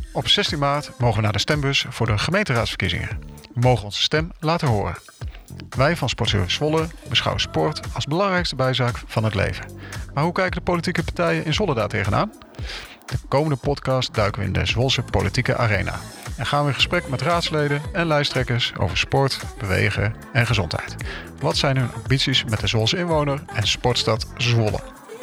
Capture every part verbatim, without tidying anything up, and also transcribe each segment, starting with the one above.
Op zestien maart mogen we naar de stembus voor de gemeenteraadsverkiezingen. We mogen onze stem laten horen. Wij van Sportservice Zwolle beschouwen sport als belangrijkste bijzaak van het leven. Maar hoe kijken de politieke partijen in Zwolle daar tegenaan? De komende podcast duiken we in de Zwolse politieke arena. En gaan we in gesprek met raadsleden en lijsttrekkers over sport, bewegen en gezondheid. Wat zijn hun ambities met de Zwolse inwoner en sportstad Zwolle?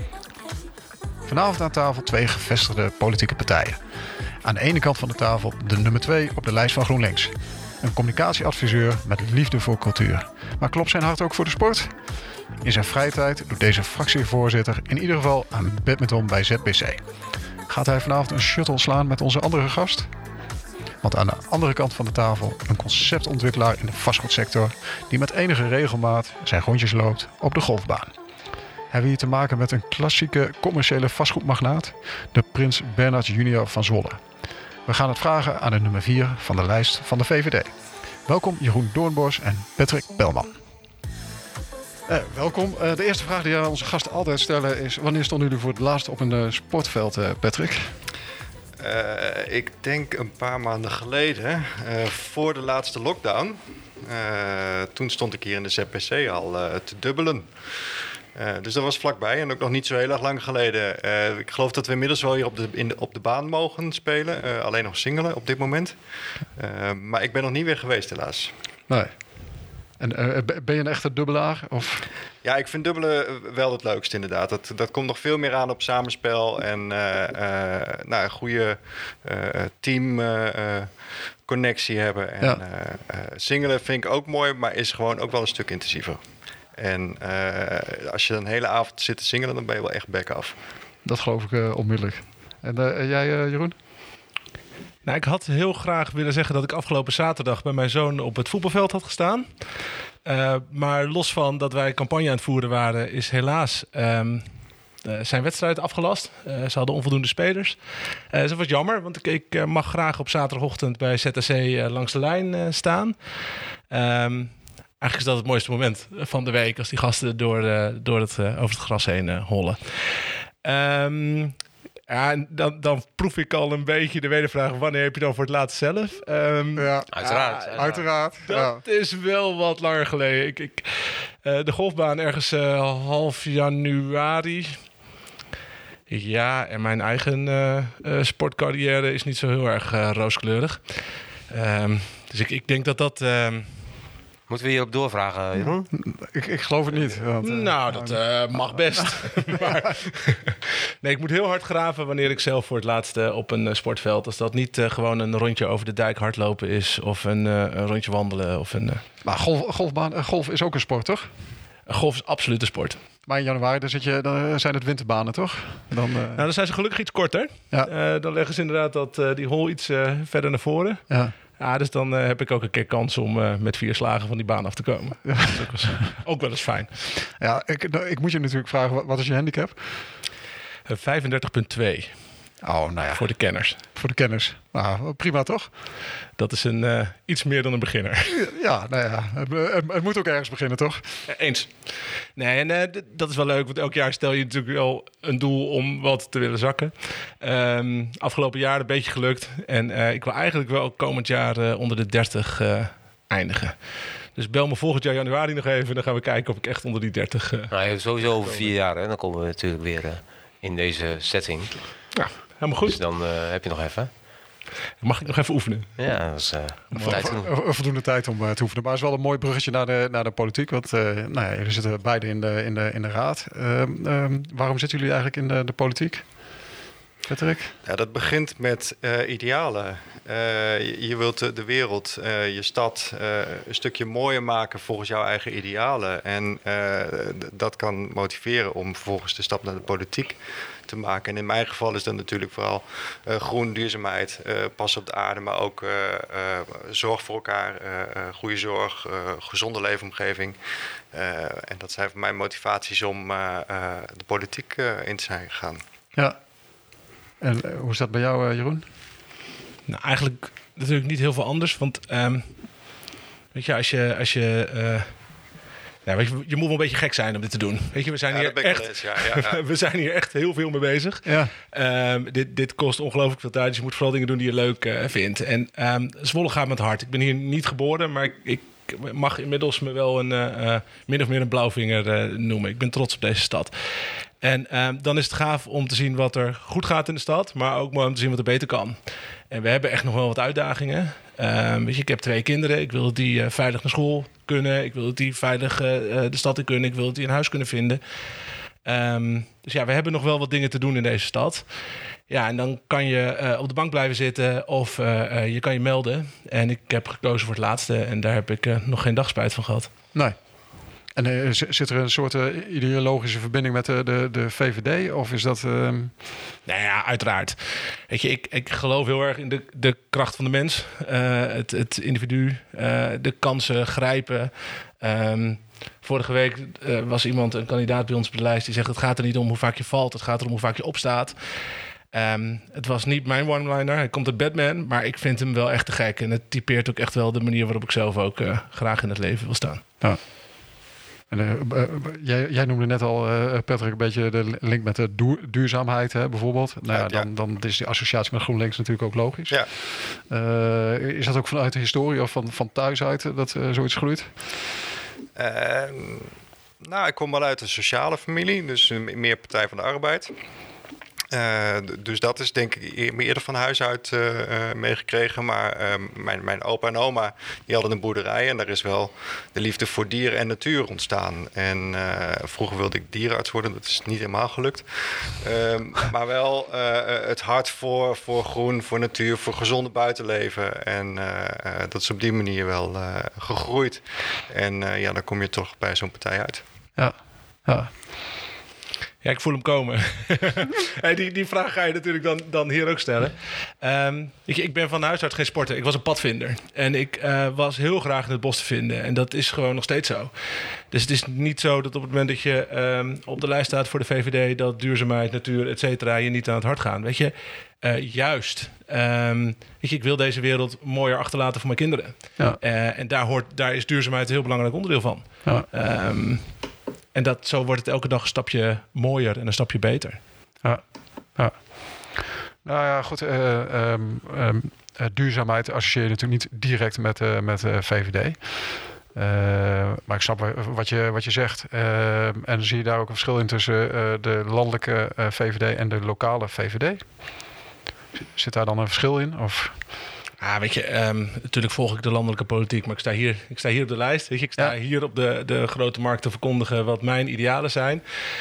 Vanavond aan tafel twee gevestigde politieke partijen. Aan de ene kant van de tafel de nummer twee op de lijst van GroenLinks. Een communicatieadviseur met liefde voor cultuur. Maar klopt zijn hart ook voor de sport? In zijn vrije tijd doet deze fractievoorzitter in ieder geval aan badminton bij Z B C. Gaat hij vanavond een shuttle slaan met onze andere gast? Want aan de andere kant van de tafel een conceptontwikkelaar in de vastgoedsector die met enige regelmaat zijn rondjes loopt op de golfbaan. Hebben we hier te maken met een klassieke commerciële vastgoedmagnaat, de Prins Bernhard junior van Zwolle. We gaan het vragen aan de nummer vier van de lijst van de V V D. Welkom Jeroen Doornbos en Patrick Belman. Eh, welkom. Uh, de eerste vraag die we onze gasten altijd stellen is: wanneer stonden jullie voor het laatst op een uh, sportveld, uh, Patrick? Uh, ik denk een paar maanden geleden, uh, voor de laatste lockdown. Uh, toen stond ik hier in de Z B C al uh, te dubbelen. Uh, dus dat was vlakbij en ook nog niet zo heel erg lang geleden. Uh, ik geloof dat we inmiddels wel hier op de, in de, op de baan mogen spelen. Uh, alleen nog singelen op dit moment. Uh, maar ik ben nog niet weer geweest helaas. Nee. En uh, ben je een echte dubbelaar? Of? Ja, ik vind dubbelen wel het leukste inderdaad. Dat, dat komt nog veel meer aan op samenspel en uh, uh, nou, een goede uh, team uh, connectie hebben. En ja. uh, uh, singelen vind ik ook mooi, maar is gewoon ook wel een stuk intensiever. En uh, als je een hele avond zit te singelen, dan ben je wel echt bek af. Dat geloof ik uh, onmiddellijk. En uh, jij, uh, Jeroen? Nou, ik had heel graag willen zeggen dat ik afgelopen zaterdag bij mijn zoon op het voetbalveld had gestaan. Uh, maar los van dat wij campagne aan het voeren waren, is helaas um, uh, zijn wedstrijd afgelast. Uh, ze hadden onvoldoende spelers. Uh, dus dat was jammer, want ik, ik uh, mag graag op zaterdagochtend bij Z S C uh, langs de lijn uh, staan. Um, Eigenlijk is dat het mooiste moment van de week als die gasten door, uh, door het, uh, over het gras heen uh, hollen. Um, ja, dan, dan proef ik al een beetje de wedervraag: wanneer heb je dan voor het laatst zelf? Um, ja, uiteraard. Uh, uiteraard. Dat ja. is wel wat langer geleden. Ik, ik, uh, de golfbaan ergens uh, half januari. Ja, en mijn eigen uh, uh, sportcarrière is niet zo heel erg uh, rooskleurig. Um, dus ik, ik denk dat dat... Um, Moeten we hierop doorvragen, Jeroen? Ik, ik geloof het niet. Want, uh, nou, dat uh, mag best. maar, nee, ik moet heel hard graven wanneer ik zelf voor het laatst uh, op een uh, sportveld... als dat niet uh, gewoon een rondje over de dijk hardlopen is... of een, uh, een rondje wandelen. Of een, uh... Maar golf, golfbaan, uh, golf is ook een sport, toch? Golf is absoluut een sport. Maar in januari dan zit je, dan zijn het winterbanen, toch? Dan, uh... Nou, dan zijn ze gelukkig iets korter. Ja. Uh, dan leggen ze inderdaad dat, uh, die hole iets uh, verder naar voren. Ja. Ja, dus dan uh, heb ik ook een keer kans om uh, met vier slagen van die baan af te komen. Ja. Dat is ook, wel, ook wel eens fijn. Ja, ik, nou, ik moet je natuurlijk vragen, wat, wat is je handicap? Uh, vijfendertig komma twee. Oh, nou ja. Voor de kenners. Voor de kenners. Nou, prima toch? Dat is een, uh, iets meer dan een beginner. Ja, nou ja. Het, het, het moet ook ergens beginnen, toch? Eens. Nee, en uh, d- dat is wel leuk, want elk jaar stel je natuurlijk wel een doel om wat te willen zakken. Um, afgelopen jaar een beetje gelukt. En uh, ik wil eigenlijk wel komend jaar uh, onder de dertig uh, eindigen. Dus bel me volgend jaar januari nog even. Dan gaan we kijken of ik echt onder die dertig... Uh, nou, sowieso over vier jaar, hè, dan komen we natuurlijk weer uh, in deze setting. Ja, helemaal goed. Dus dan uh, heb je nog even. Mag ik nog even oefenen? Ja, dat is uh, tijd voldoende tijd om uh, te oefenen. Maar het is wel een mooi bruggetje naar de, naar de politiek. Want uh, nou ja, jullie zitten beide in de, in de, in de raad. Uh, uh, waarom zitten jullie eigenlijk in de, de politiek? Patrick? Ja, dat begint met uh, idealen. Uh, je, je wilt de, de wereld, uh, je stad uh, een stukje mooier maken volgens jouw eigen idealen. En uh, d- dat kan motiveren om vervolgens de stap naar de politiek te maken. En in mijn geval is dat natuurlijk vooral uh, groen, duurzaamheid, uh, pas op de aarde, maar ook uh, uh, zorg voor elkaar, uh, uh, goede zorg, uh, gezonde leefomgeving. Uh, en dat zijn voor mij motivaties om uh, uh, de politiek uh, in te zijn gegaan. Ja. En uh, hoe is dat bij jou, uh, Jeroen? Nou, eigenlijk natuurlijk niet heel veel anders. Want um, weet je, als je, als je uh, Ja, weet je, je moet wel een beetje gek zijn om dit te doen. Weet je, we zijn Ja, hier dat ben ik echt, wel eens, ja, ja, ja. we zijn hier echt heel veel mee bezig. Ja. Um, dit, dit kost ongelooflijk veel tijd. Dus je moet vooral dingen doen die je leuk uh, vindt. En um, Zwolle gaat met hart. Ik ben hier niet geboren, maar ik, ik mag inmiddels me wel een uh, min of meer een blauwvinger uh, noemen. Ik ben trots op deze stad. En um, dan is het gaaf om te zien wat er goed gaat in de stad, maar ook mooi om te zien wat er beter kan. En we hebben echt nog wel wat uitdagingen. Um, weet je, ik heb twee kinderen. Ik wil dat die uh, veilig naar school kunnen. Ik wil dat die veilig uh, de stad in kunnen. Ik wil dat die een huis kunnen vinden. Um, dus ja, we hebben nog wel wat dingen te doen in deze stad. Ja, en dan kan je uh, op de bank blijven zitten of uh, uh, je kan je melden. En ik heb gekozen voor het laatste en daar heb ik uh, nog geen dag spijt van gehad. Nee. En uh, zit er een soort uh, ideologische verbinding met de, de, de V V D? Of is dat... Uh... Nou ja, uiteraard. Weet je, ik, ik geloof heel erg in de, de kracht van de mens. Uh, het, het individu, uh, de kansen grijpen. Um, vorige week uh, was iemand, een kandidaat bij ons op de lijst... die zegt, het gaat er niet om hoe vaak je valt. Het gaat erom hoe vaak je opstaat. Um, het was niet mijn one-liner. Hij komt uit Batman, maar ik vind hem wel echt te gek. En het typeert ook echt wel de manier waarop ik zelf ook uh, graag in het leven wil staan. Ja. En, uh, uh, jij, jij noemde net al, uh, Patrick, een beetje de link met de duur, duurzaamheid, hè, bijvoorbeeld. Nou ja, dan, dan is die associatie met GroenLinks natuurlijk ook logisch. Ja. Uh, is dat ook vanuit de historie of van, van thuis uit dat uh, zoiets groeit? Uh, nou, ik kom wel uit een sociale familie, dus meer Partij van de Arbeid. Uh, dus dat is denk ik eerder van huis uit uh, uh, meegekregen. Maar uh, mijn, mijn opa en oma die hadden een boerderij en daar is wel de liefde voor dieren en natuur ontstaan. En uh, vroeger wilde ik dierenarts worden, dat is niet helemaal gelukt. Uh, maar wel uh, het hart voor, voor groen, voor natuur, voor gezonde buitenleven. En uh, uh, dat is op die manier wel uh, gegroeid. En uh, ja, dan kom je toch bij zo'n partij uit. Ja, ja. Ja, ik voel hem komen. hey, die, die vraag ga je natuurlijk dan, dan hier ook stellen. Um, ik, ik ben van huis uit geen sporter. Ik was een padvinder. En ik uh, was heel graag in het bos te vinden. En dat is gewoon nog steeds zo. Dus het is niet zo dat op het moment dat je um, op de lijst staat voor de V V D... dat duurzaamheid, natuur, et cetera, je niet aan het hart gaan. Weet je, uh, juist. Um, weet je, ik wil deze wereld mooier achterlaten voor mijn kinderen. Ja. Uh, en daar, hoort, daar is duurzaamheid een heel belangrijk onderdeel van. Ja. Um, En dat, zo wordt het elke dag een stapje mooier en een stapje beter. Ja, ja. Nou ja, goed. Uh, um, um, uh, duurzaamheid associeer je natuurlijk niet direct met, uh, met uh, V V D. Uh, maar ik snap wat je, wat je zegt. Uh, en dan zie je daar ook een verschil in tussen uh, de landelijke uh, V V D en de lokale V V D. Zit daar dan een verschil in? Of... Ah, weet je, um, natuurlijk volg ik de landelijke politiek, maar ik sta hier, ik sta hier op de lijst. Weet je, ik sta ja. hier op de, de grote markt te verkondigen wat mijn idealen zijn.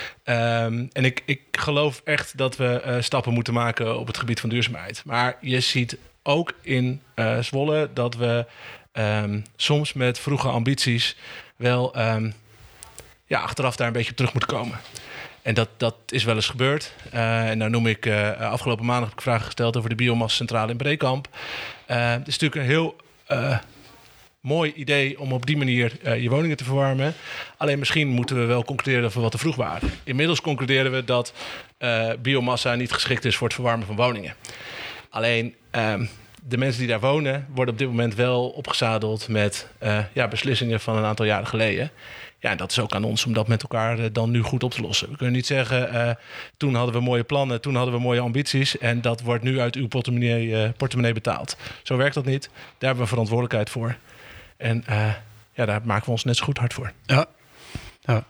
Um, en ik, ik geloof echt dat we uh, stappen moeten maken op het gebied van duurzaamheid. Maar je ziet ook in uh, Zwolle dat we um, soms met vroege ambities wel um, ja, achteraf daar een beetje op terug moeten komen. En dat, dat is wel eens gebeurd. Uh, en nou noem ik, uh, afgelopen maandag heb ik vragen gesteld over de biomassacentrale in Breekamp. Uh, het is natuurlijk een heel uh, mooi idee om op die manier uh, je woningen te verwarmen. Alleen misschien moeten we wel concluderen dat we wat te vroeg waren. Inmiddels concluderen we dat uh, biomassa niet geschikt is voor het verwarmen van woningen. Alleen uh, de mensen die daar wonen worden op dit moment wel opgezadeld met uh, ja, beslissingen van een aantal jaren geleden. Ja, en dat is ook aan ons om dat met elkaar uh, dan nu goed op te lossen. We kunnen niet zeggen, uh, toen hadden we mooie plannen, toen hadden we mooie ambities en dat wordt nu uit uw portemonnee, uh, portemonnee betaald. Zo werkt dat niet. Daar hebben we verantwoordelijkheid voor. En uh, ja, daar maken we ons net zo goed hard voor. Ja, ja.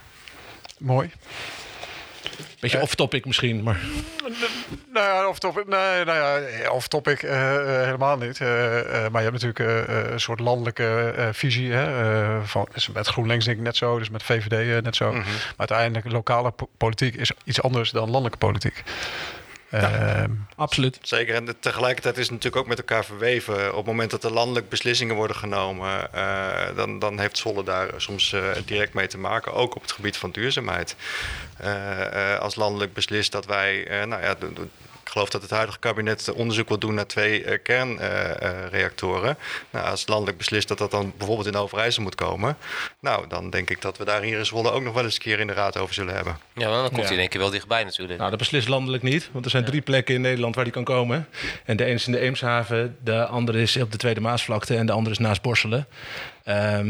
Mooi. Beetje uh, off-topic misschien, maar... Nou ja, off-topic, nee, nou ja, off-topic uh, uh, helemaal niet. Uh, uh, maar je hebt natuurlijk uh, een soort landelijke uh, visie. Hè, uh, van, met GroenLinks denk ik net zo, dus met V V D uh, net zo. Mm-hmm. Maar uiteindelijk, lokale po- politiek is iets anders dan landelijke politiek. Ja, uh, absoluut. Zeker. En de, tegelijkertijd is het natuurlijk ook met elkaar verweven. Op het moment dat er landelijk beslissingen worden genomen, uh, dan, dan heeft Zwolle daar soms uh, direct mee te maken. Ook op het gebied van duurzaamheid. Uh, uh, als landelijk beslist dat wij, uh, nou ja, de, de, ik geloof dat het huidige kabinet onderzoek wil doen naar twee uh, kernreactoren. Uh, uh, nou, als landelijk beslist dat dat dan bijvoorbeeld in Overijssel moet komen, nou, dan denk ik dat we daar hier in Zwolle ook nog wel eens een keer in de raad over zullen hebben. Ja, maar dan komt ja. hij in één keer wel dichtbij natuurlijk. Nou, dat beslist landelijk niet, want er zijn ja. drie plekken in Nederland waar die kan komen. En de ene is in de Eemshaven, de andere is op de Tweede Maasvlakte en de andere is naast Borselen. Um,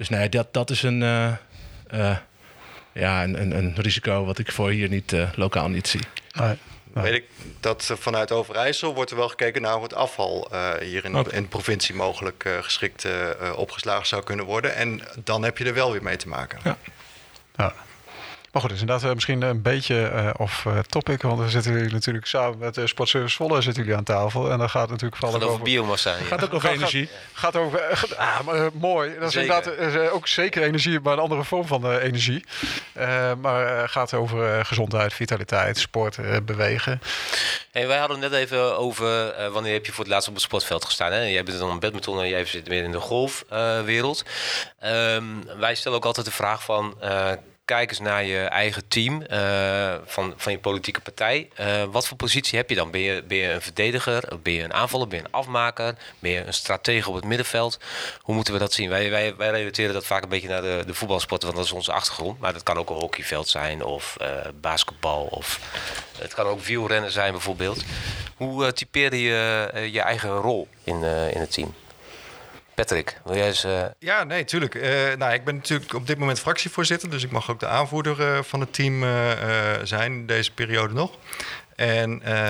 dus nee, dat, dat is een, uh, uh, ja, een, een, een risico wat ik voor hier niet uh, lokaal niet zie. Nee. Ja. Weet ik dat uh, vanuit Overijssel wordt er wel gekeken naar hoe het afval uh, hier in, okay. in de provincie mogelijk uh, geschikt uh, opgeslagen zou kunnen worden. En dan heb je er wel weer mee te maken. Ja. Ja. Maar goed, dus inderdaad uh, misschien een beetje uh, off uh, topic. Want we zitten jullie natuurlijk samen met uh, Sportservice Zwolle zitten jullie aan tafel. En dan gaat het natuurlijk vooral gaat over, over biomassa. Het gaat ook over gaat, energie. Gaat, gaat over, uh, ah, maar, uh, mooi. Dat is zeker. Inderdaad uh, ook zeker energie, maar een andere vorm van uh, energie. Uh, maar het uh, gaat over uh, gezondheid, vitaliteit, sport, uh, bewegen. Hey, wij hadden het net even over uh, wanneer heb je voor het laatst op het sportveld gestaan. Hè? Jij bent dan een badminton en jij zit meer in de golfwereld. Uh, um, wij stellen ook altijd de vraag van... Uh, Kijk eens naar je eigen team uh, van, van je politieke partij. Uh, wat voor positie heb je dan? Ben je, ben je een verdediger? Ben je een aanvaller? Ben je een afmaker? Ben je een stratege op het middenveld? Hoe moeten we dat zien? Wij, wij, wij relateren dat vaak een beetje naar de, de voetbalsporten, want dat is onze achtergrond. Maar dat kan ook een hockeyveld zijn of uh, basketbal. Of het kan ook wielrennen zijn bijvoorbeeld. Hoe uh, typeer je uh, je eigen rol in, uh, in het team? Patrick, wil jij eens... Uh... Ja, nee, tuurlijk. Uh, nou, ik ben natuurlijk op dit moment fractievoorzitter, dus ik mag ook de aanvoerder uh, van het team uh, uh, zijn in deze periode nog. En uh,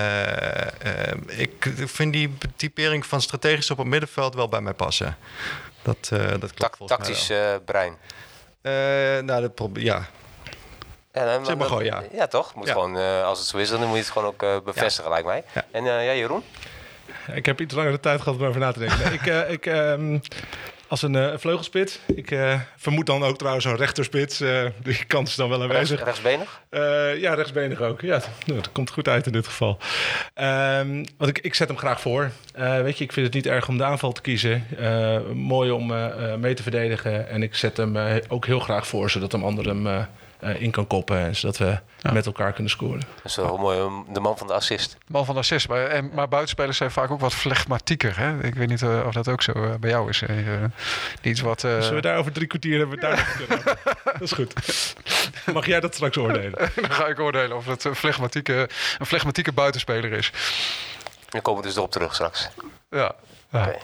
uh, ik vind die typering van strategisch op het middenveld wel bij mij passen. Dat, uh, dat klopt Tak- volgens Tactisch mij wel. Uh, brein. Uh, nou, dat probeer ja. Ja, dan, zeg maar gewoon ja. Ja, toch? Moet ja. Gewoon, uh, als het zo is, dan moet je het gewoon ook uh, bevestigen, ja. lijkt mij. Ja. En uh, ja, Jeroen? Ik heb iets langer de tijd gehad om erover na te denken. Nee, ik, uh, ik, um, als een uh, vleugelspits. Ik uh, vermoed dan ook trouwens een rechterspits. Uh, die kans is dan wel aanwezig. Rechts, rechtsbenig? Uh, ja, rechtsbenig ook. Ja, nou, dat komt goed uit in dit geval. Um, want ik, ik zet hem graag voor. Uh, weet je, ik vind het niet erg om de aanval te kiezen. Uh, mooi om uh, mee te verdedigen. En ik zet hem uh, ook heel graag voor, zodat een ander hem... Uh, Uh, in kan koppen. En zodat we ja. met elkaar kunnen scoren. Dat is wel mooi. De man van de assist. De man van de assist. Maar, en, maar buitenspelers zijn vaak ook wat flegmatieker. Hè? Ik weet niet uh, of dat ook zo uh, bij jou is. Uh, iets wat, uh... Zullen we daar over drie kwartier hebben? We daar kunnen dat is goed. Mag jij dat straks oordelen? Dan ga ik oordelen of het een flegmatieke, een flegmatieke buitenspeler is. Dan komen we dus erop terug straks. Ja. ja. Okay.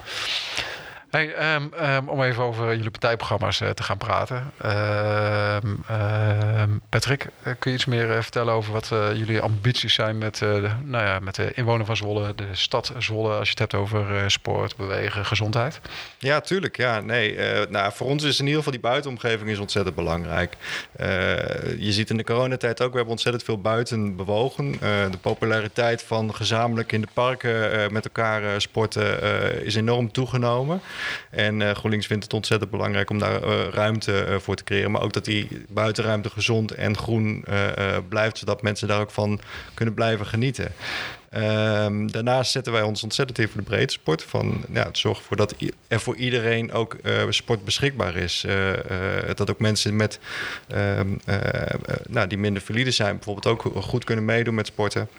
Hey, um, um, om even over jullie partijprogramma's uh, te gaan praten. Uh, uh, Patrick, uh, kun je iets meer uh, vertellen over wat uh, jullie ambities zijn met, uh, de, nou ja, met de inwoner van Zwolle, de stad Zwolle, als je het hebt over uh, sport, bewegen, gezondheid? Ja, tuurlijk. Ja, nee. Uh, nou, voor ons is in ieder geval die buitenomgeving is ontzettend belangrijk. Uh, je ziet in de coronatijd ook, we hebben ontzettend veel buiten bewogen. Uh, de populariteit van gezamenlijk in de parken uh, met elkaar uh, sporten uh, is enorm toegenomen. En uh, GroenLinks vindt het ontzettend belangrijk om daar uh, ruimte uh, voor te creëren. Maar ook dat die buitenruimte gezond en groen uh, uh, blijft, zodat mensen daar ook van kunnen blijven genieten. Um, daarnaast zetten wij ons ontzettend in voor de breedte sport. Van, ja, het zorgen ervoor dat er voor iedereen ook uh, sport beschikbaar is. Uh, uh, dat ook mensen met, uh, uh, uh, nou, die minder valide zijn bijvoorbeeld ook goed kunnen meedoen met sporten.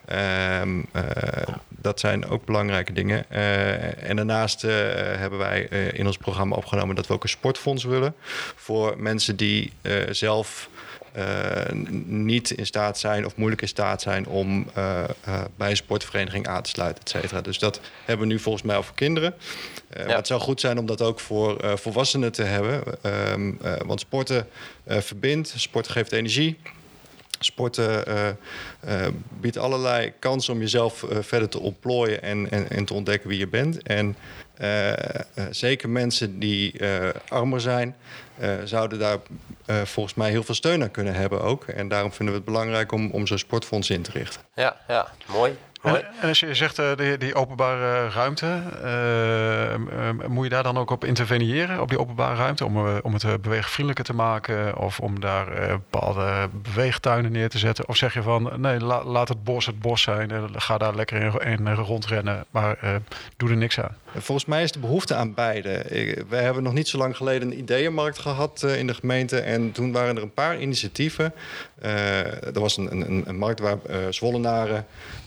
Um, uh, dat zijn ook belangrijke dingen. Uh, en daarnaast uh, hebben wij uh, in ons programma opgenomen dat we ook een sportfonds willen. Voor mensen die uh, zelf... Uh, niet in staat zijn of moeilijk in staat zijn om uh, uh, bij een sportvereniging aan te sluiten, et cetera. Dus dat hebben we nu volgens mij al voor kinderen. Uh, ja. Maar het zou goed zijn om dat ook voor uh, volwassenen te hebben. Um, uh, want sporten uh, verbindt, sport geeft energie. Sporten uh, uh, biedt allerlei kansen om jezelf uh, verder te ontplooien en, en, en te ontdekken wie je bent. En uh, uh, zeker mensen die uh, armer zijn, uh, zouden daar uh, volgens mij heel veel steun aan kunnen hebben ook. En daarom vinden we het belangrijk om, om zo'n sportfonds in te richten. Ja, ja, mooi. En, en als je zegt uh, die, die openbare ruimte, uh, uh, moet je daar dan ook op interveneren, op die openbare ruimte, om, uh, om het uh, beweegvriendelijker te maken of om daar uh, bepaalde beweegtuinen neer te zetten? Of zeg je van, nee, la, laat het bos het bos zijn, uh, ga daar lekker in, in rondrennen, maar uh, doe er niks aan? Volgens mij is de behoefte aan beide. We hebben nog niet zo lang geleden een ideeënmarkt gehad uh, in de gemeente en toen waren er een paar initiatieven. Uh, er was een, een, een markt waar uh, Zwollenaren uh,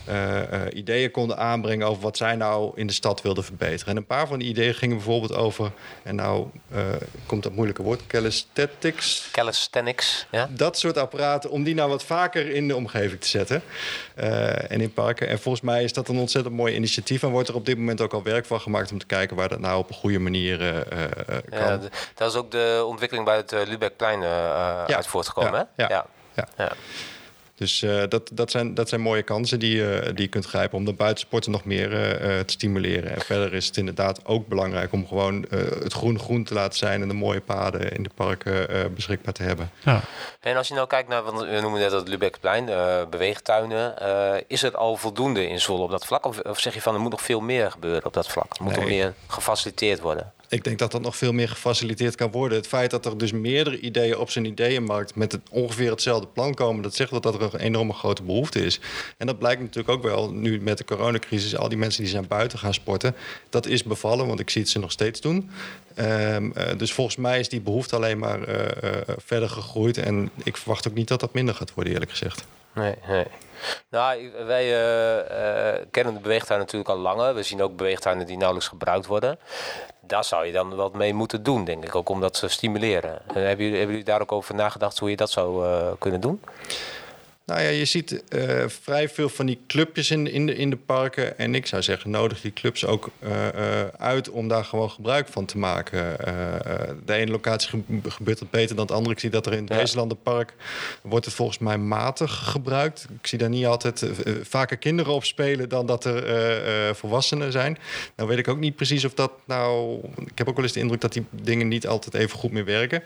uh, ideeën konden aanbrengen over wat zij nou in de stad wilden verbeteren. En een paar van die ideeën gingen bijvoorbeeld over, en nou uh, komt dat moeilijke woord, calisthenics. Calisthenics, ja. Dat soort apparaten, om die nou wat vaker in de omgeving te zetten. Uh, en in parken. En volgens mij is dat een ontzettend mooi initiatief. En wordt er op dit moment ook al werk van gemaakt om te kijken waar dat nou op een goede manier uh, kan. Ja, de, dat is ook de ontwikkeling bij het uh, Lübeckplein uh, ja. uit voortgekomen, ja. hè? Ja. Ja. Ja. Ja. Dus uh, dat, dat, zijn, dat zijn mooie kansen die, uh, die je kunt grijpen om de buitensporten nog meer uh, te stimuleren. En verder is het inderdaad ook belangrijk om gewoon uh, het groen groen te laten zijn en de mooie paden in de parken uh, beschikbaar te hebben. Ja. En als je nou kijkt naar, want we noemen net het Lübeckplein, uh, beweegtuinen. Uh, is het al voldoende in Zwolle op dat vlak? Of, of zeg je van er moet nog veel meer gebeuren op dat vlak? Er moet Nee. nog meer gefaciliteerd worden? Ik denk dat dat nog veel meer gefaciliteerd kan worden. Het feit dat er dus meerdere ideeën op zijn ideeënmarkt met het ongeveer hetzelfde plan komen, dat zegt wel dat er een enorme grote behoefte is. En dat blijkt natuurlijk ook wel nu met de coronacrisis. Al die mensen die zijn buiten gaan sporten, dat is bevallen, want ik zie het ze nog steeds doen. Um, uh, dus volgens mij is die behoefte alleen maar uh, uh, verder gegroeid. En ik verwacht ook niet dat dat minder gaat worden, eerlijk gezegd. Nee, nee. Nou, wij uh, uh, kennen de beweegtuin natuurlijk al langer. We zien ook beweegtuinen die nauwelijks gebruikt worden. Daar zou je dan wat mee moeten doen, denk ik. Ook om dat te stimuleren. Uh, hebben, jullie, hebben jullie daar ook over nagedacht hoe je dat zou uh, kunnen doen? Nou ja, je ziet uh, vrij veel van die clubjes in, in, de, in de parken. En ik zou zeggen, nodig die clubs ook uh, uh, uit om daar gewoon gebruik van te maken. Uh, de ene locatie ge- gebeurt het beter dan de andere. Ik zie dat er in het Ja. Weeslandenpark wordt het volgens mij matig gebruikt. Ik zie daar niet altijd uh, vaker kinderen op spelen dan dat er uh, uh, volwassenen zijn. Nou weet ik ook niet precies of dat nou... Ik heb ook wel eens de indruk dat die dingen niet altijd even goed meer werken.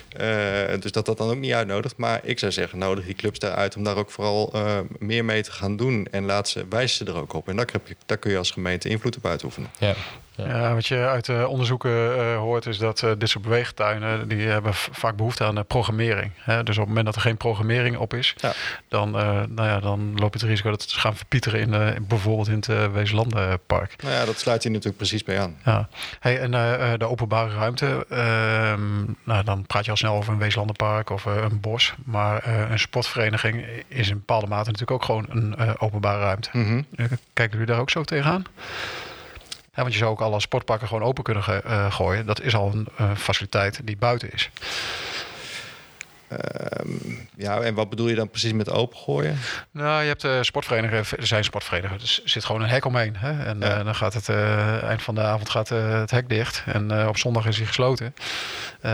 Uh, dus dat dat dan ook niet uitnodigt. Maar ik zou zeggen, nodig die clubs daaruit om daar ook vooral uh, meer mee te gaan doen. En laat ze, wijs ze er ook op. En daar, heb je, daar kun je als gemeente invloed op uitoefenen. Ja. Ja, wat je uit uh, onderzoeken uh, hoort is dat uh, dit soort beweegtuinen die hebben v- vaak behoefte aan uh, programmering. Hè? Dus op het moment dat er geen programmering op is, Ja. dan, uh, nou ja, dan loop je het risico dat ze gaan verpieteren in, uh, in bijvoorbeeld in het uh, Weeslandenpark. Nou ja, dat sluit hier natuurlijk precies bij aan. Ja. Hey, en uh, de openbare ruimte, uh, nou, dan praat je al snel over een Weeslandenpark of uh, een bos. Maar uh, een sportvereniging is in bepaalde mate natuurlijk ook gewoon een uh, openbare ruimte. Mm-hmm. Uh, kijken jullie daar ook zo tegenaan? Ja, want je zou ook alle sportparken gewoon open kunnen ge- uh, gooien. Dat is al een uh, faciliteit die buiten is. Um, ja, en wat bedoel je dan precies met opengooien? Nou, je hebt uh, sportverenigingen, er zijn sportverenigingen. Er zit gewoon een hek omheen. Hè? En Ja. uh, dan gaat het uh, eind van de avond gaat, uh, het hek dicht. En uh, op zondag is hij gesloten. Uh,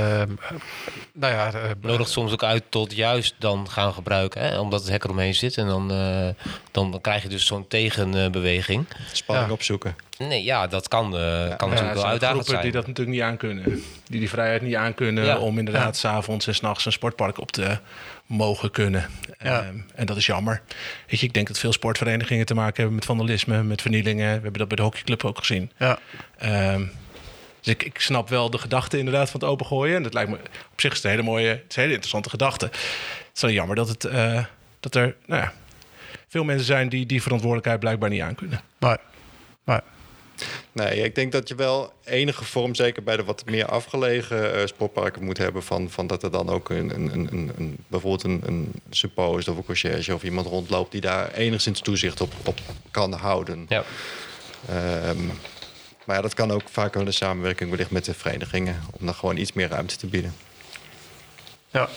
nou ja, uh, Nodigt soms ook uit tot juist dan gaan gebruiken, hè? Omdat het hek eromheen zit. En dan, uh, dan krijg je dus zo'n tegenbeweging. Spanning Ja. opzoeken. Nee, ja, dat kan, uh, kan Ja, natuurlijk er wel zijn uitdagend groepen zijn. die dat natuurlijk niet aankunnen. Die die vrijheid niet aankunnen Ja. om inderdaad 's avonds en 's nachts een sportpark op te mogen kunnen. Ja. Um, en dat is jammer. Weet je, ik denk dat veel sportverenigingen te maken hebben met vandalisme, met vernielingen. We hebben dat bij de hockeyclub ook gezien. ja. Um, dus ik, ik snap wel de gedachte inderdaad van het opengooien. En dat lijkt me op zich is het een hele mooie, het is een hele interessante gedachte. Het is wel jammer dat, het, uh, dat er nou ja, veel mensen zijn die die verantwoordelijkheid blijkbaar niet aankunnen. Maar, maar Nee, ik denk dat je wel enige vorm, zeker bij de wat meer afgelegen uh, sportparken, moet hebben. Van, van dat er dan ook een, een, een, een, bijvoorbeeld een, een suppost of een conciërge of iemand rondloopt die daar enigszins toezicht op, op kan houden. Ja. Um, maar ja, dat kan ook vaak wel een samenwerking wellicht met de verenigingen om dan gewoon iets meer ruimte te bieden. ja.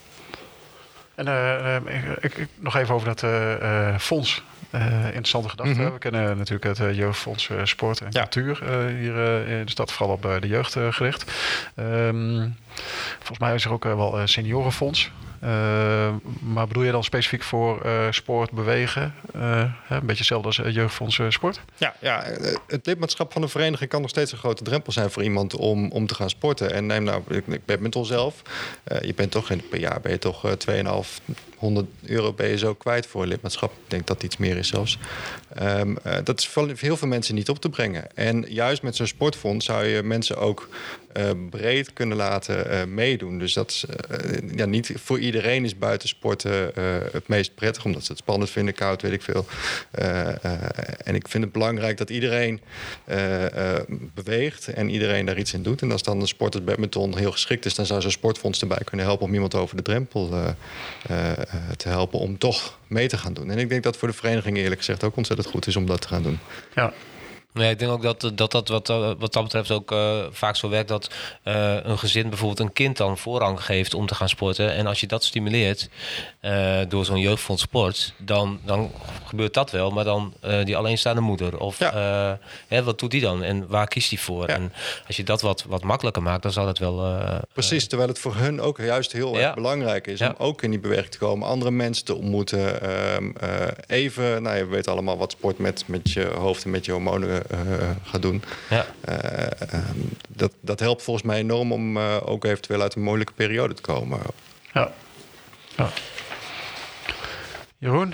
En uh, ik, ik, ik, nog even over dat uh, uh, fonds. Uh, interessante gedachte. Mm-hmm. We kennen natuurlijk het uh, Jeugdfonds uh, Sport en Ja. Cultuur uh, hier uh, in de stad, vooral op uh, de jeugd uh, gericht. Um, volgens mij is er ook uh, wel een seniorenfonds. Uh, maar bedoel je dan specifiek voor uh, sport, bewegen? Uh, hè, een beetje hetzelfde als uh, Jeugdfonds uh, Sport? Ja, ja, het lidmaatschap van een vereniging kan nog steeds een grote drempel zijn voor iemand om, om te gaan sporten. En neem nou, ik, ik badminton zelf. Uh, je bent toch in per jaar ben je toch uh, tweeënhalfhonderd euro ben je zo kwijt voor een lidmaatschap. Ik denk dat het iets meer is zelfs. Um, uh, dat is voor heel veel mensen niet op te brengen. En juist met zo'n sportfonds zou je mensen ook uh, breed kunnen laten uh, meedoen. Dus dat is uh, ja, niet voor iedereen is buitensporten uh, het meest prettig, omdat ze het spannend vinden, koud, weet ik veel. Uh, uh, en ik vind het belangrijk dat iedereen uh, uh, beweegt en iedereen daar iets in doet. En als dan de sport, het badminton, heel geschikt is, dan zou zo'n sportfonds erbij kunnen helpen om iemand over de drempel uh, uh, te helpen om toch mee te gaan doen. En ik denk dat voor de vereniging eerlijk gezegd ook ontzettend goed is om dat te gaan doen. Ja. Nee, ik denk ook dat dat, dat wat, wat dat betreft ook uh, vaak zo werkt dat uh, een gezin bijvoorbeeld een kind dan voorrang geeft om te gaan sporten. En als je dat stimuleert uh, door zo'n jeugdfonds sport, dan, dan gebeurt dat wel. Maar dan uh, die alleenstaande moeder. Of ja. uh, hè, wat doet die dan? En waar kiest die voor? Ja. En als je dat wat, wat makkelijker maakt, dan zal dat wel... Uh, Precies, terwijl het voor hun ook juist heel ja. erg belangrijk is ja. om ook in die beweging te komen, andere mensen te ontmoeten. Um, uh, even, nou, je weet allemaal wat sport met, met je hoofd en met je hormonen Uh, gaat doen. Ja. Uh, uh, dat, dat helpt volgens mij enorm om uh, ook eventueel uit een moeilijke periode te komen. Ja. ja. Jeroen?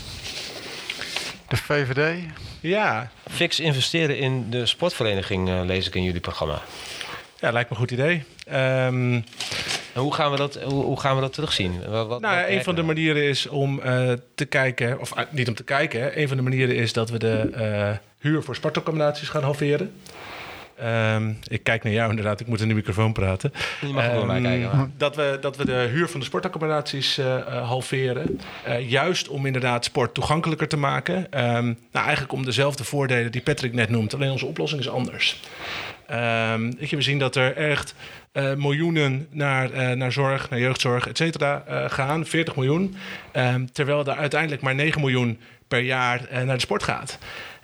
De V V D? Ja. Fix investeren in de sportvereniging uh, lees ik in jullie programma. Ja, lijkt me een goed idee. Um, En hoe gaan we dat, hoe, hoe gaan we dat terugzien? Wat, wat, nou ja, wat een van de manieren is om uh, te kijken, of uh, niet om te kijken, hè. Een van de manieren is dat we de uh, huur voor sportaccommodaties gaan halveren. Um, ik kijk naar jou inderdaad, ik moet in de microfoon praten. Je mag um, door mij kijken. Maar. Dat we, dat we de huur van de sportaccommodaties uh, uh, halveren. Uh, juist om inderdaad sport toegankelijker te maken. Um, nou, eigenlijk om dezelfde voordelen die Patrick net noemt. Alleen onze oplossing is anders. Um, weet je, we zien dat er echt uh, miljoenen naar, uh, naar zorg, naar jeugdzorg, et cetera uh, gaan. veertig miljoen. Um, terwijl er uiteindelijk maar negen miljoen per jaar uh, naar de sport gaat.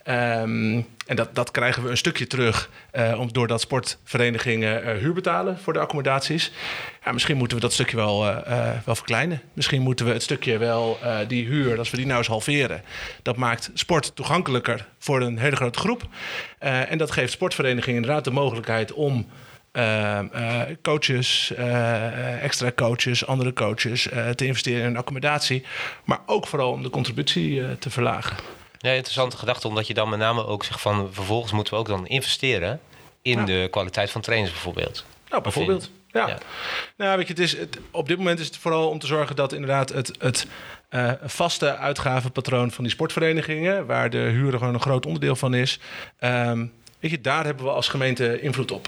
Um, en dat, dat krijgen we een stukje terug uh, om, doordat sportverenigingen uh, huur betalen voor de accommodaties. Ja, misschien moeten we dat stukje wel, uh, uh, wel verkleinen. Misschien moeten we het stukje wel, uh, die huur, als we die nou eens halveren. Dat maakt sport toegankelijker voor een hele grote groep. Uh, en dat geeft sportverenigingen inderdaad de mogelijkheid om Uh, uh, coaches, uh, extra coaches, andere coaches uh, te investeren in een accommodatie. Maar ook vooral om de contributie uh, te verlagen. Ja, interessante gedachte, omdat je dan met name ook zegt van vervolgens moeten we ook dan investeren in ja. de kwaliteit van trainers bijvoorbeeld. Nou, bijvoorbeeld. Ja. ja. Nou, weet je, het is het, op dit moment is het vooral om te zorgen dat inderdaad het, het uh, vaste uitgavenpatroon van die sportverenigingen, waar de huur gewoon een groot onderdeel van is, um, weet je, daar hebben we als gemeente invloed op.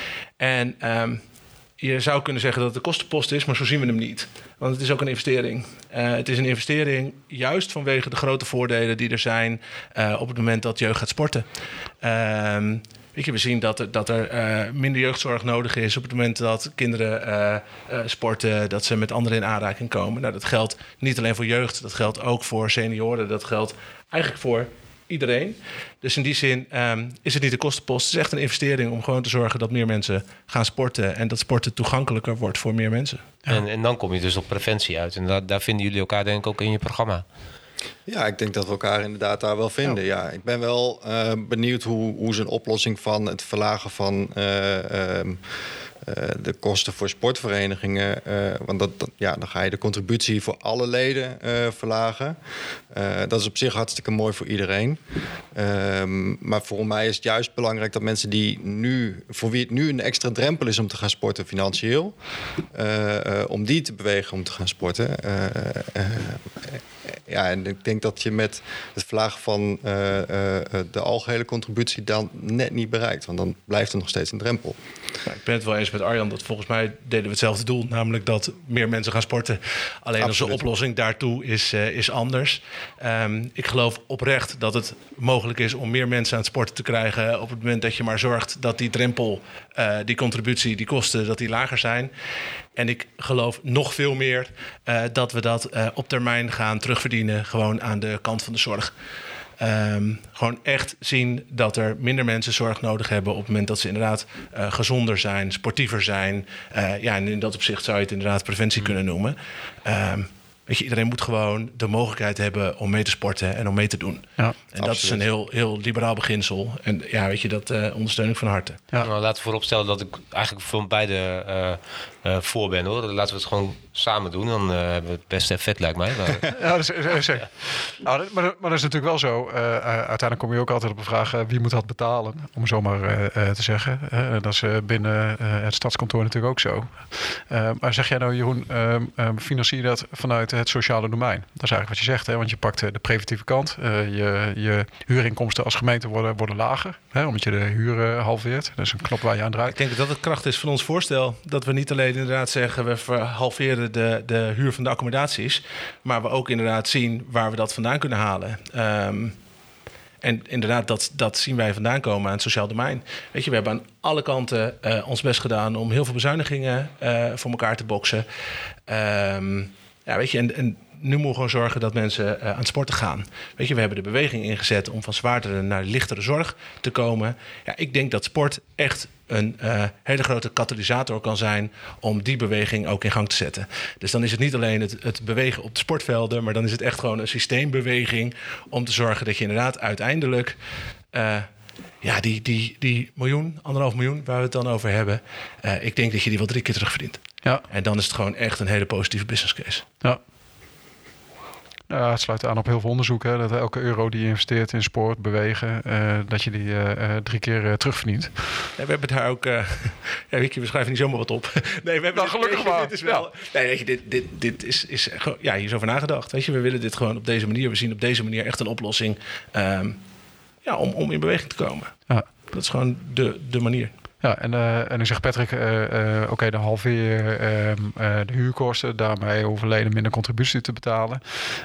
En um, je zou kunnen zeggen dat het een kostenpost is, maar zo zien we hem niet. Want het is ook een investering. Uh, het is een investering juist vanwege de grote voordelen die er zijn uh, op het moment dat jeugd gaat sporten. Uh, weet je, we zien dat er, dat er uh, minder jeugdzorg nodig is op het moment dat kinderen uh, uh, sporten, dat ze met anderen in aanraking komen. Nou, dat geldt niet alleen voor jeugd, dat geldt ook voor senioren, dat geldt eigenlijk voor iedereen. Dus in die zin um, is het niet een kostenpost. Het is echt een investering om gewoon te zorgen dat meer mensen gaan sporten en dat sporten toegankelijker wordt voor meer mensen. Ja. En, en dan kom je dus op preventie uit. En daar, daar vinden jullie elkaar denk ik ook in je programma. Ja, ik denk dat we elkaar inderdaad daar wel vinden. Ja, ja ik ben wel uh, benieuwd hoe, hoe zijn oplossing van het verlagen van Uh, um, Uh, de kosten voor sportverenigingen. Uh, want dat, dat, ja, dan ga je de contributie voor alle leden uh, verlagen. Uh, dat is op zich hartstikke mooi voor iedereen. Um, maar voor mij is het juist belangrijk dat mensen die nu, voor wie het nu een extra drempel is om te gaan sporten financieel, uh, uh, om die te bewegen om te gaan sporten. Uh, uh, ja, en ik denk dat je met het verlagen van uh, uh, de algehele contributie dan net niet bereikt. Want dan blijft er nog steeds een drempel. Nou, ik ben het wel eens met Arjan dat volgens mij deden we hetzelfde doel. Namelijk dat meer mensen gaan sporten. Alleen Absoluut. Onze oplossing daartoe is, uh, is anders. Um, ik geloof oprecht dat het mogelijk is om meer mensen aan het sporten te krijgen op het moment dat je maar zorgt dat die drempel, uh, die contributie, die kosten, dat die lager zijn. En ik geloof nog veel meer uh, dat we dat uh, op termijn gaan terugverdienen, gewoon aan de kant van de zorg. Um, gewoon echt zien dat er minder mensen zorg nodig hebben op het moment dat ze inderdaad uh, gezonder zijn, sportiever zijn. Uh, ja, en in dat opzicht zou je het inderdaad preventie mm. kunnen noemen. Um, Weet je, iedereen moet gewoon de mogelijkheid hebben om mee te sporten en om mee te doen. Ja, en absoluut. Dat is een heel, heel liberaal beginsel. En ja, weet je, dat uh, ondersteun ik van harte. Ja. Nou, laten we vooropstellen dat ik eigenlijk van beide uh, uh, voor ben, hoor. Laten we het gewoon samen doen. Dan uh, hebben we het beste effect, lijkt mij. Maar... ja, dat is, is, is, nou, maar, maar dat is natuurlijk wel zo. Uh, uh, uiteindelijk kom je ook altijd op de vraag... Uh, wie moet dat betalen, om zo maar uh, uh, te zeggen. Uh, dat is uh, binnen uh, het stadskantoor natuurlijk ook zo. Uh, maar zeg jij nou, Jeroen, uh, uh, financier je dat vanuit het sociale domein? Dat is eigenlijk wat je zegt, hè? Want je pakt uh, de preventieve kant. Uh, je, je huurinkomsten als gemeente worden, worden lager, hè? Omdat je de huur uh, halveert. Dat is een knop waar je aan draait. Ik denk dat dat het kracht is van ons voorstel. Dat we niet alleen inderdaad zeggen... we halveren de, de huur van de accommodaties... maar we ook inderdaad zien waar we dat vandaan kunnen halen. Um, en inderdaad, dat, dat zien wij vandaan komen aan het sociaal domein. Weet je, we hebben aan alle kanten uh, ons best gedaan... om heel veel bezuinigingen uh, voor elkaar te boksen. Um, ja, weet je, en... en nu moeten we gewoon zorgen dat mensen uh, aan het sporten gaan. Weet je, we hebben de beweging ingezet om van zwaardere naar lichtere zorg te komen. Ja, ik denk dat sport echt een uh, hele grote katalysator kan zijn om die beweging ook in gang te zetten. Dus dan is het niet alleen het, het bewegen op de sportvelden, maar dan is het echt gewoon een systeembeweging om te zorgen dat je inderdaad uiteindelijk uh, ja, die, die, die miljoen, anderhalf miljoen waar we het dan over hebben, uh, ik denk dat je die wel drie keer terugverdient. Ja. En dan is het gewoon echt een hele positieve business case. Ja. Nou, het sluit aan op heel veel onderzoek. Hè, dat elke euro die je investeert in sport, bewegen... Uh, dat je die uh, uh, drie keer uh, terugverdient. Ja, we hebben daar ook... Uh, ja, weet je, we schrijven niet zomaar wat op. Nee, we hebben nou, gelukkig dit, maar. Dit is wel... Ja. Nee, weet je, dit, dit, dit is... is ja, hier is over nagedacht. Weet je, we willen dit gewoon op deze manier. We zien op deze manier echt een oplossing... Um, ja, om, om in beweging te komen. Ja. Dat is gewoon de, de manier. Ja, en, uh, en ik zeg Patrick, uh, uh, oké, okay, dan halveer uh, uh, de huurkosten. Daarmee hoeven leden minder contributie te betalen.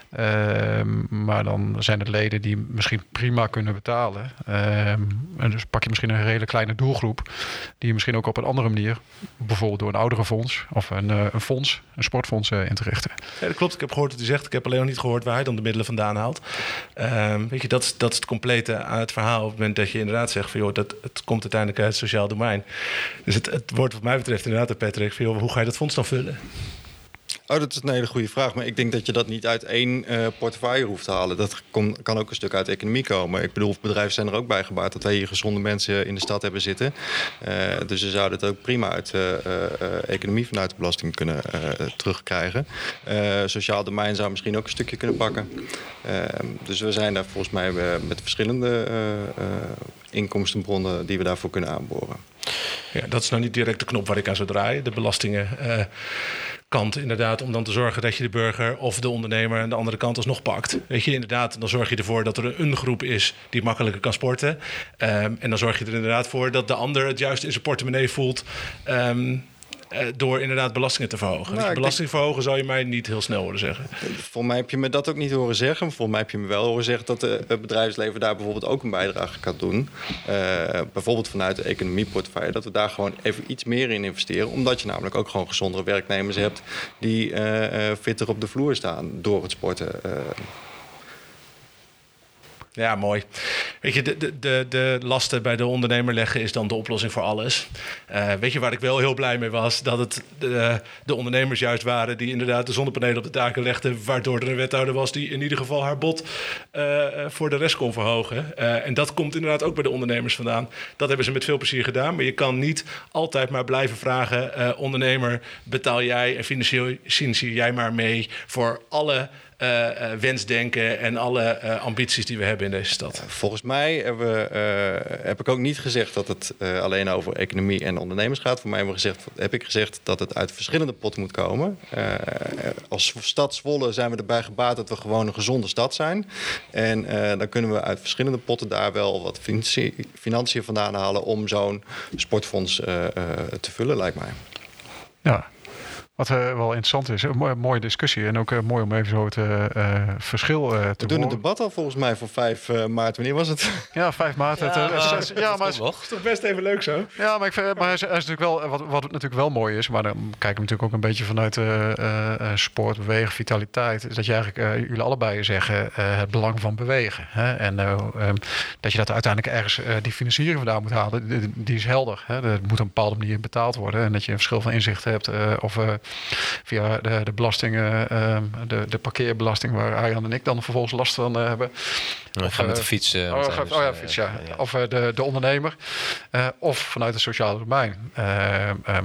Uh, maar dan zijn het leden die misschien prima kunnen betalen. Uh, en dus pak je misschien een hele kleine doelgroep. Die je misschien ook op een andere manier, bijvoorbeeld door een ouderenfonds of een, uh, een fonds, een sportfonds uh, in te richten. Ja, dat klopt. Ik heb gehoord wat hij zegt. Ik heb alleen nog niet gehoord waar hij dan de middelen vandaan haalt. Uh, weet je, dat is, dat is het complete aan het verhaal. Op het moment dat je inderdaad zegt van joh, dat het komt uiteindelijk uit het sociaal domein. Dus het, het wordt wat mij betreft inderdaad, Patrick, van, joh, hoe ga je dat fonds dan vullen? Oh, dat is een hele goede vraag. Maar ik denk dat je dat niet uit één uh, portefeuille hoeft te halen. Dat kon, kan ook een stuk uit de economie komen. Ik bedoel, bedrijven zijn er ook bij gebaat dat wij hier gezonde mensen in de stad hebben zitten. Uh, dus ze zouden het ook prima uit uh, uh, economie vanuit de belasting kunnen uh, terugkrijgen. Uh, sociaal domein zou misschien ook een stukje kunnen pakken. Uh, dus we zijn daar volgens mij uh, met verschillende uh, uh, inkomstenbronnen die we daarvoor kunnen aanboren. Ja, dat is nou niet direct de knop waar ik aan zou draaien. De belastingen... Uh, kant inderdaad, om dan te zorgen dat je de burger of de ondernemer aan de andere kant alsnog pakt. Weet je, inderdaad, dan zorg je ervoor dat er een groep is die makkelijker kan sporten. Um, en dan zorg je er inderdaad voor dat de ander het juist in zijn portemonnee voelt... Um, Uh, door inderdaad belastingen te verhogen. Nou, dus belasting denk... verhogen zou je mij niet heel snel horen zeggen. Volgens mij heb je me dat ook niet horen zeggen. Volgens mij heb je me wel horen zeggen dat de, het bedrijfsleven daar bijvoorbeeld ook een bijdrage kan doen. Uh, bijvoorbeeld vanuit de economieportefeuille. Dat we daar gewoon even iets meer in investeren. Omdat je namelijk ook gewoon gezondere werknemers hebt die uh, uh, fitter op de vloer staan door het sporten. Uh, Ja, mooi. Weet je, de, de, de lasten bij de ondernemer leggen is dan de oplossing voor alles. Uh, weet je waar ik wel heel blij mee was? Dat het de, de ondernemers juist waren die inderdaad de zonnepanelen op de daken legden, waardoor er een wethouder was die in ieder geval haar bod uh, voor de rest kon verhogen. Uh, en dat komt inderdaad ook bij de ondernemers vandaan. Dat hebben ze met veel plezier gedaan. Maar je kan niet altijd maar blijven vragen, uh, ondernemer, betaal jij en financier jij maar mee voor alle... Uh, uh, wensdenken en alle uh, ambities die we hebben in deze stad. Volgens mij hebben we, uh, heb ik ook niet gezegd dat het uh, alleen over economie en ondernemers gaat. Voor mij hebben we gezegd, heb ik gezegd dat het uit verschillende potten moet komen. Uh, als stad Zwolle zijn we erbij gebaat dat we gewoon een gezonde stad zijn. En uh, dan kunnen we uit verschillende potten daar wel wat financiën vandaan halen om zo'n sportfonds uh, uh, te vullen, lijkt mij. Ja. Wat uh, wel interessant is, een mooie, mooie discussie en ook uh, mooi om even zo het uh, uh, verschil uh, te horen. We doen een debat al volgens mij voor vijf maart. Wanneer was het? Ja, vijf maart. Ja, het, uh, uh, maar, ja, maar het is toch best even leuk zo? Ja, maar, ik vind, maar hij is, hij is natuurlijk wel, wat, wat natuurlijk wel mooi is, maar dan kijken we natuurlijk ook een beetje vanuit uh, uh, sport, bewegen, vitaliteit, is dat je eigenlijk, uh, jullie allebei zeggen, uh, het belang van bewegen. Hè? En uh, um, dat je dat uiteindelijk ergens uh, die financiering vandaan moet halen, die, die is helder. Hè? Dat moet op een bepaalde manier betaald worden en dat je een verschil van inzicht hebt uh, of uh, via De, de belastingen, uh, de, de parkeerbelasting waar Arjan en ik dan vervolgens last van uh, hebben. Ja, of, ga met de fiets. Uh, oh, gaat, oh ja, fiets, ja. ja. Of uh, de, de ondernemer. Uh, of vanuit het sociale domein. Uh, um,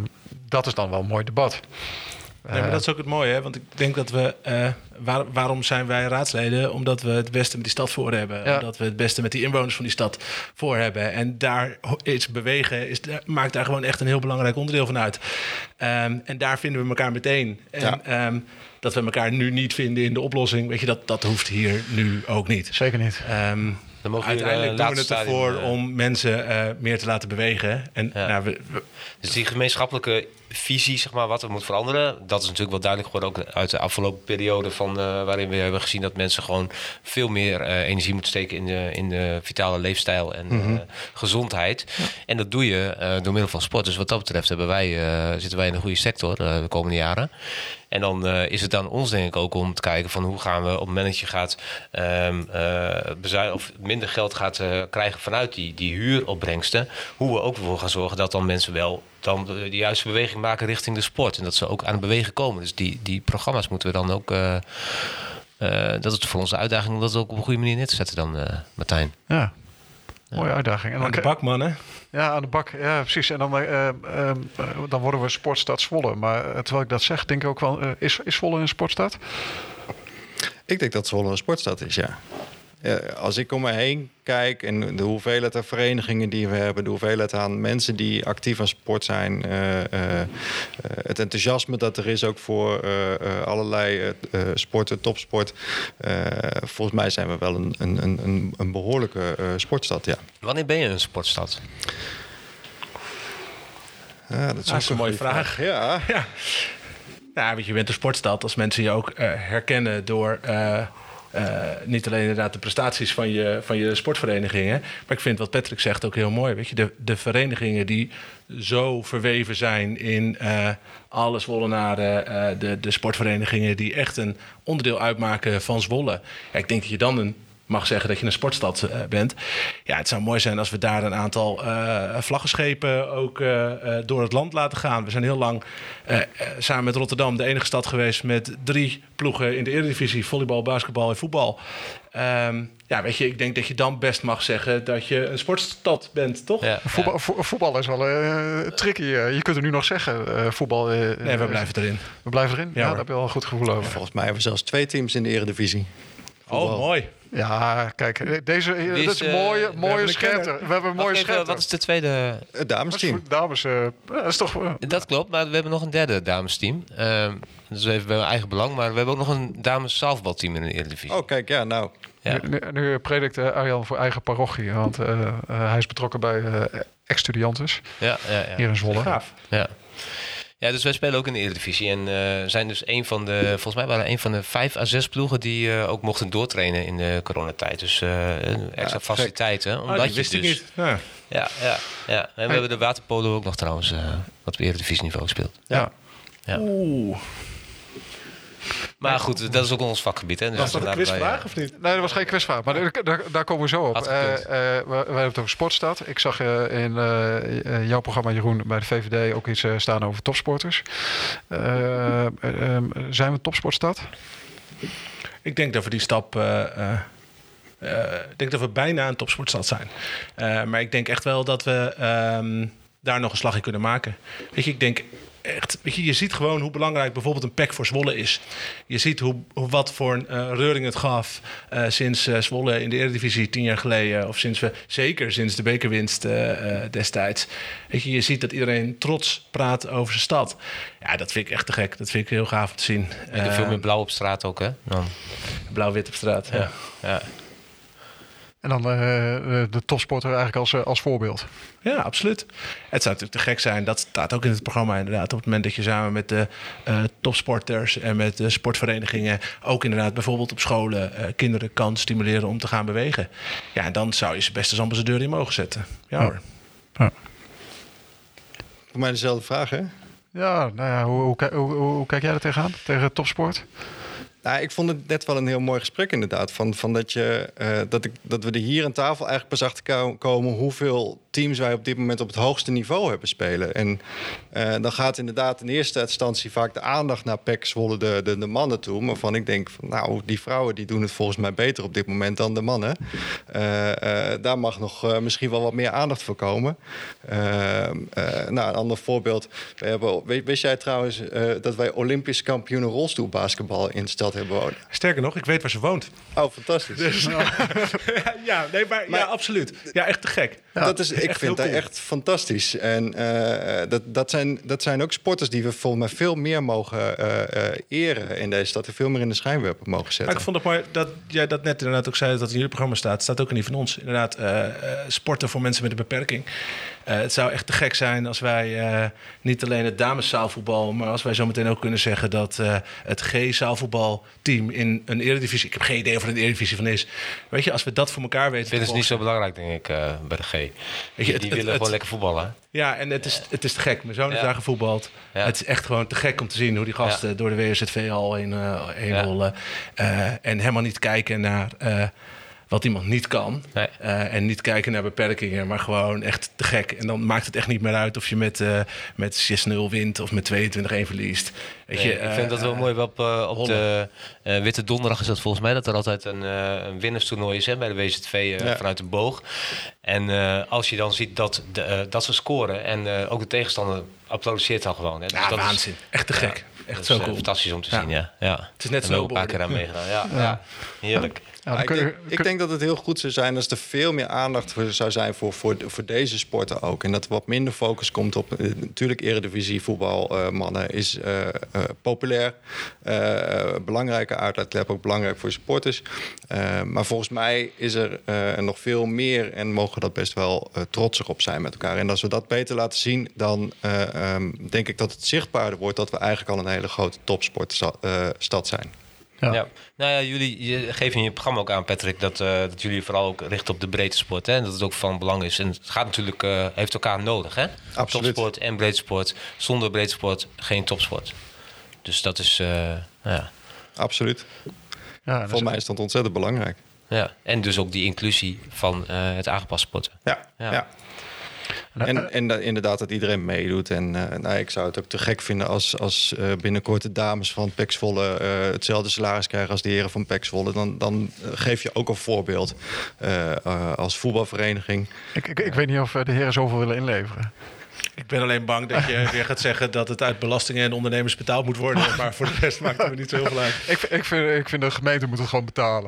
dat is dan wel een mooi debat. Nee, maar dat is ook het mooie, hè? Want ik denk dat we... Uh, waar, waarom zijn wij raadsleden? Omdat we het beste met die stad voor hebben. Ja. Omdat we het beste met die inwoners van die stad voor hebben. En daar is bewegen, is, maakt daar gewoon echt een heel belangrijk onderdeel van uit. Um, en daar vinden we elkaar meteen. En ja. um, dat we elkaar nu niet vinden in de oplossing, weet je, dat, dat hoeft hier nu ook niet. Zeker niet. Um, Uiteindelijk uh, doen we het ervoor uh, om mensen uh, meer te laten bewegen. En, ja. nou, we, we, dus die gemeenschappelijke visie, zeg maar, wat er moet veranderen, dat is natuurlijk wel duidelijk geworden ook uit de afgelopen periode van uh, waarin we hebben gezien dat mensen gewoon veel meer uh, energie moeten steken in de, in de vitale leefstijl en mm-hmm. uh, gezondheid. Ja. En dat doe je uh, door middel van sport. Dus wat dat betreft hebben wij, uh, zitten wij in een goede sector uh, de komende jaren. En dan uh, is het aan ons denk ik ook om te kijken van hoe gaan we op het moment dat je gaat um, uh, bezuinigen of minder geld gaat uh, krijgen vanuit die, die huuropbrengsten, hoe we ook ervoor gaan zorgen dat dan mensen wel dan de, de juiste beweging maken richting de sport. En dat ze ook aan het bewegen komen. Dus die, die programma's moeten we dan ook... Uh, uh, dat is voor ons de uitdaging om dat ook op een goede manier neer te zetten dan, uh, Martijn. Ja, mooie uitdaging. En dan aan de bak, man, hè? Ja, aan de bak. Ja, precies. En dan, uh, uh, uh, dan worden we sportstad Zwolle. Maar uh, terwijl ik dat zeg, denk ik ook wel... Uh, is, is Zwolle een sportstad? Ik denk dat Zwolle een sportstad is, ja. Ja, als ik om me heen kijk en de hoeveelheid aan verenigingen die we hebben, de hoeveelheid aan mensen die actief aan sport zijn, uh, uh, uh, het enthousiasme dat er is ook voor uh, uh, allerlei uh, sporten, topsport. Uh, volgens mij zijn we wel een, een, een, een behoorlijke uh, sportstad, ja. Wanneer ben je een sportstad? Ja, dat is, dat is een mooie vraag. vraag. Ja. Ja. Nou, weet je, je bent een sportstad als mensen je ook uh, herkennen door... Uh, Uh, niet alleen inderdaad de prestaties van je, van je sportverenigingen. Maar ik vind wat Patrick zegt ook heel mooi. Weet je, de, de verenigingen die zo verweven zijn in uh, alle Zwollenaren. Uh, de, de sportverenigingen die echt een onderdeel uitmaken van Zwolle. Ja, ik denk dat je dan een mag zeggen dat je een sportstad uh, bent. Ja, het zou mooi zijn als we daar een aantal uh, vlaggenschepen ook uh, uh, door het land laten gaan. We zijn heel lang uh, uh, samen met Rotterdam de enige stad geweest met drie ploegen in de Eredivisie. Volleybal, basketbal en voetbal. Um, ja, weet je, ik denk dat je dan best mag zeggen dat je een sportstad bent, toch? Ja, voetbal, ja. vo- voetbal is wel uh, tricky. Uh, je kunt er nu nog zeggen, uh, voetbal... Uh, nee, we blijven erin. We blijven erin? Ja, ja, daar heb je wel een goed gevoel over. Volgens mij hebben we zelfs twee teams in de Eredivisie. Voetbal. Oh, mooi. Ja, kijk, deze dit is een mooie, uh, mooie scherpte. We hebben een mooie scherpte. Wat is de tweede? Het damesteam. Dames, uh, dat is toch... Uh, dat klopt, maar we hebben nog een derde damesteam. Uh, dus even bij mijn eigen belang. Maar we hebben ook nog een dames zaalvoetbalteam in de Eredivisie. Oh, kijk, ja, nou... Ja. Nu, nu predikt uh, Arjan voor eigen parochie. Want uh, uh, hij is betrokken bij uh, ex-studiantes. Ja, ja, ja. Hier in Zwolle. Gaaf. Ja. Ja, dus wij spelen ook in de Eredivisie. En uh, zijn dus een van de, volgens mij waren een van de vijf à zes ploegen die uh, ook mochten doortrainen in de coronatijd. Dus uh, extra ja, faciliteiten. Omdat oh, die wist je dus, ik niet. Ja, ja, ja. ja. En we hey. hebben de waterpolo ook nog trouwens, uh, wat op Eredivisieniveau speelt. Ja. ja. Oeh. Maar goed, dat is ook ons vakgebied. Hè? Dus was dat een quizvraag of niet? Nee, dat was geen quizvraag. Maar daar, daar, daar komen we zo op. Uh, uh, we, we hebben het over sportstad. Ik zag uh, in uh, jouw programma, Jeroen, bij de V V D ook iets uh, staan over topsporters. Uh, uh, uh, zijn we een topsportstad? Ik denk dat we die stap... Uh, uh, uh, ik denk dat we bijna een topsportstad zijn. Uh, maar ik denk echt wel dat we um, daar nog een slag in kunnen maken. Weet je, ik denk... Echt, weet je, je ziet gewoon hoe belangrijk bijvoorbeeld een P E C voor Zwolle is. Je ziet hoe, hoe wat voor een uh, reuring het gaf uh, sinds uh, Zwolle in de Eredivisie tien jaar geleden. Of sinds we, zeker sinds de bekerwinst uh, uh, destijds. Weet je, je ziet dat iedereen trots praat over zijn stad. Ja, dat vind ik echt te gek. Dat vind ik heel gaaf om te zien. Er uh, veel meer blauw op straat ook, hè? Dan. Blauw-wit op straat, ja. ja. ja. En dan uh, de topsporter eigenlijk als, als voorbeeld. Ja, absoluut. Het zou natuurlijk te gek zijn. Dat staat ook in het programma inderdaad. Op het moment dat je samen met de uh, topsporters en met de sportverenigingen... ook inderdaad bijvoorbeeld op scholen uh, kinderen kan stimuleren om te gaan bewegen. Ja, en dan zou je ze best als ambassadeur in mogen zetten. Ja, ja. hoor. Ja. Voor mij dezelfde vraag, hè? Ja, nou ja, hoe, hoe, hoe, hoe, hoe kijk jij er tegenaan? Tegen topsport? Nou, ik vond het net wel een heel mooi gesprek inderdaad. Van, van dat, je, uh, dat, ik, dat we er hier aan tafel eigenlijk pas achter ko- komen... hoeveel teams wij op dit moment op het hoogste niveau hebben spelen. En uh, dan gaat inderdaad in eerste instantie vaak de aandacht naar P E C Zwolle, de, de, de mannen toe. Waarvan ik denk, van, nou, die vrouwen die doen het volgens mij beter op dit moment dan de mannen. Uh, uh, daar mag nog uh, misschien wel wat meer aandacht voor komen. Uh, uh, nou, een ander voorbeeld. We hebben, wist jij trouwens uh, dat wij Olympisch kampioenen rolstoelbasketbal in de stad hebben wonen? Sterker nog, ik weet waar ze woont. Oh, fantastisch. Dus, ja, nee, maar, maar ja, absoluut. Ja, echt te gek. Ja, dat is, ik echt vind dat cool. echt fantastisch. En uh, dat, dat, zijn, dat zijn ook sporters die we volgens mij veel meer mogen uh, uh, eren in deze stad. En veel meer in de schijnwerper mogen zetten. Maar ik vond het mooi dat jij dat net inderdaad ook zei, dat het in jullie programma staat. Het staat ook in die van ons. Inderdaad, uh, uh, sporten voor mensen met een beperking. Uh, het zou echt te gek zijn als wij uh, niet alleen het dameszaalvoetbal, maar als wij zo meteen ook kunnen zeggen dat uh, het G-zaalvoetbalteam in een eredivisie, ik heb geen idee of er een eredivisie van is. Weet je, als we dat voor elkaar weten. Vinden ze niet zo belangrijk, denk ik, uh, bij de G. Weet je, die het, willen het, gewoon het, lekker voetballen. Ja, en het is, het is te gek. Mijn zoon is Ja. daar gevoetbald. Ja. Het is echt gewoon te gek om te zien hoe die gasten ja. door de W S Z V al heen, uh, heen ja. rollen. Uh, en helemaal niet kijken naar uh, wat iemand niet kan. Nee. Uh, en niet kijken naar beperkingen, maar gewoon echt te gek. En dan maakt het echt niet meer uit of je met, uh, met zes nul wint of met tweeëntwintig een verliest. Weet nee, je, ik vind uh, dat wel uh, mooi. Op, uh, op de uh, Witte Donderdag is dat volgens mij dat er altijd een, uh, een winnerstoernooi is hè, bij de W Z V uh, ja. vanuit de boog. En uh, als je dan ziet dat, de, uh, dat ze scoren en uh, ook de tegenstander applaudisseert dan gewoon. Hè. Dus ja, dat waanzin. Is, echt te gek. Ja, echt dat zo is, cool. Uh, fantastisch om te ja. zien, ja. ja. Het is net en zo ook een paar keer aan meegedaan. Ja, ja. ja. Heerlijk. Ja, ik, denk, ik denk dat het heel goed zou zijn als er veel meer aandacht voor, zou zijn voor, voor, voor deze sporten ook. En dat er wat minder focus komt op... Uh, natuurlijk eredivisie, voetbal, uh, mannen is uh, uh, populair. Uh, belangrijke uitlaatklep, ook belangrijk voor supporters. Uh, maar volgens mij is er uh, nog veel meer en mogen we dat best wel uh, trotser op zijn met elkaar. En als we dat beter laten zien, dan uh, um, denk ik dat het zichtbaarder wordt... dat we eigenlijk al een hele grote topsportstad uh, zijn. Ja. ja, nou ja, jullie je geven in je programma ook aan, Patrick, dat, uh, dat jullie vooral ook richten op de breedte sport. Hè? En dat het ook van belang is. En het gaat natuurlijk, uh, heeft elkaar nodig, hè? Absoluut. Topsport en breedte sport. Zonder breedte sport geen topsport. Dus dat is, uh, ja. Absoluut. Ja, Volgens mij is dat ontzettend belangrijk. Ja, en dus ook die inclusie van uh, het aangepast sporten. Ja, ja. ja. En, en uh, inderdaad dat iedereen meedoet. En uh, nou, ik zou het ook te gek vinden als, als uh, binnenkort de dames van P E C Zwolle uh, hetzelfde salaris krijgen als de heren van P E C Zwolle. Dan, dan geef je ook een voorbeeld uh, uh, als voetbalvereniging. Ik, ik, ik weet niet of de heren zoveel willen inleveren. Ik ben alleen bang dat je weer gaat zeggen dat het uit belastingen en ondernemers betaald moet worden. Maar voor de rest maakt het me niet zo heel veel uit. Ik, ik, vind, ik vind de gemeente moet het gewoon betalen.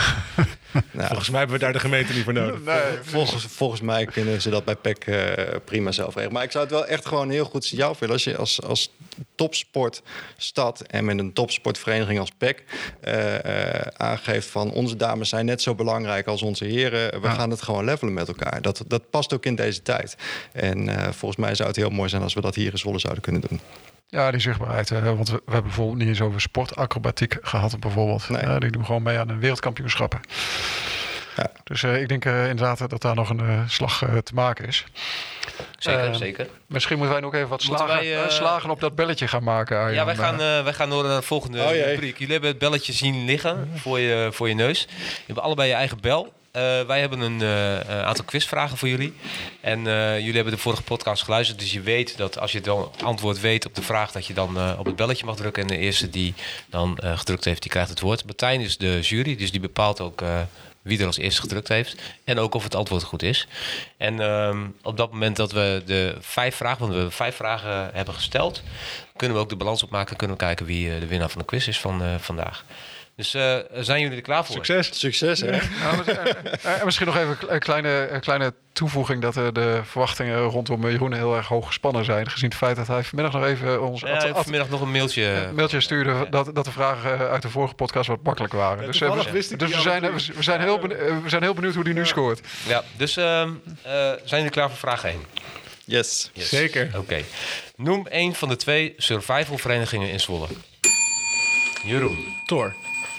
Nou, volgens mij hebben we daar de gemeente niet voor nodig. Nee, volgens, volgens mij kunnen ze dat bij P E C uh, prima zelf regelen. Maar ik zou het wel echt gewoon een heel goed signaal vinden als je als, als topsportstad en met een topsportvereniging als P E C uh, uh, aangeeft van onze dames zijn net zo belangrijk als onze heren. We ja. gaan het gewoon levelen met elkaar. Dat, dat past ook in deze tijd. En uh, volgens mij zou het heel mooi zijn als we dat hier in Zwolle zouden kunnen doen. Ja, die zichtbaarheid. Hè? Want we, we hebben bijvoorbeeld niet eens over sportacrobatiek gehad bijvoorbeeld. Nee. Uh, die doen gewoon mee aan een wereldkampioenschappen. Ja. Dus uh, ik denk uh, inderdaad dat daar nog een uh, slag uh, te maken is. Zeker, uh, zeker. Misschien moeten wij nog even wat slagen, wij, uh, slagen op dat belletje gaan maken. Arjan. Ja, wij gaan, uh, wij gaan door naar de volgende oh, rubriek. Jullie hebben het belletje zien liggen voor je, voor je neus. Je hebt allebei je eigen bel. Uh, wij hebben een uh, aantal quizvragen voor jullie. En uh, jullie hebben de vorige podcast geluisterd. Dus je weet dat als je dan antwoord weet op de vraag... dat je dan uh, op het belletje mag drukken. En de eerste die dan uh, gedrukt heeft, die krijgt het woord. Martijn is de jury, dus die bepaalt ook... Uh, wie er als eerste gedrukt heeft. En ook of het antwoord goed is. En um, op dat moment dat we de vijf vragen... want we vijf vragen hebben gesteld... kunnen we ook de balans opmaken. Kunnen we kijken wie uh, de winnaar van de quiz is van uh, vandaag. Dus uh, zijn jullie er klaar voor? Succes. Succes, hè? Nou, en misschien nog even een kleine, een kleine toevoeging... dat uh, de verwachtingen rondom Jeroen heel erg hoog gespannen zijn. Gezien het feit dat hij vanmiddag nog even ons... Ja, hij heeft vanmiddag nog een mailtje... Een mailtje stuurde ja. dat, dat de vragen uit de vorige podcast wat makkelijk waren. Ja, dus uh, we, dus we, zijn, we, we, zijn heel benieuwd, we zijn heel benieuwd hoe die nu scoort. Ja, dus uh, uh, zijn jullie klaar voor vraag één? Yes. yes. Zeker. Oké. Okay. Noem één van de twee survivalverenigingen in Zwolle. Jeroen. Thor.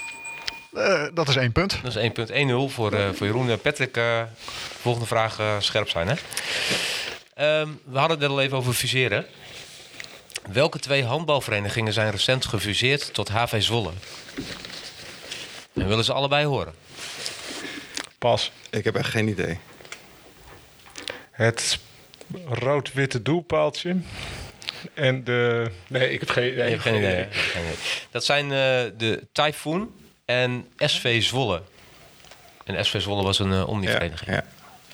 Uh, dat is één punt. Dat is één punt. één nul voor, uh, voor Jeroen. Uh, Patrick, uh, volgende vraag uh, scherp zijn, hè? Um, we hadden het net al even over fuseren. Welke twee handbalverenigingen zijn recent gefuseerd tot H V Zwolle? En willen ze allebei horen? Pas. Ik heb echt geen idee. Het rood-witte doelpaaltje. En de... Nee, ik heb geen, nee, Je hebt geen idee. hè? Geen idee. Dat zijn uh, de Typhoon en S V Zwolle. En S V Zwolle was een uh, omnivereniging. Ja, ja.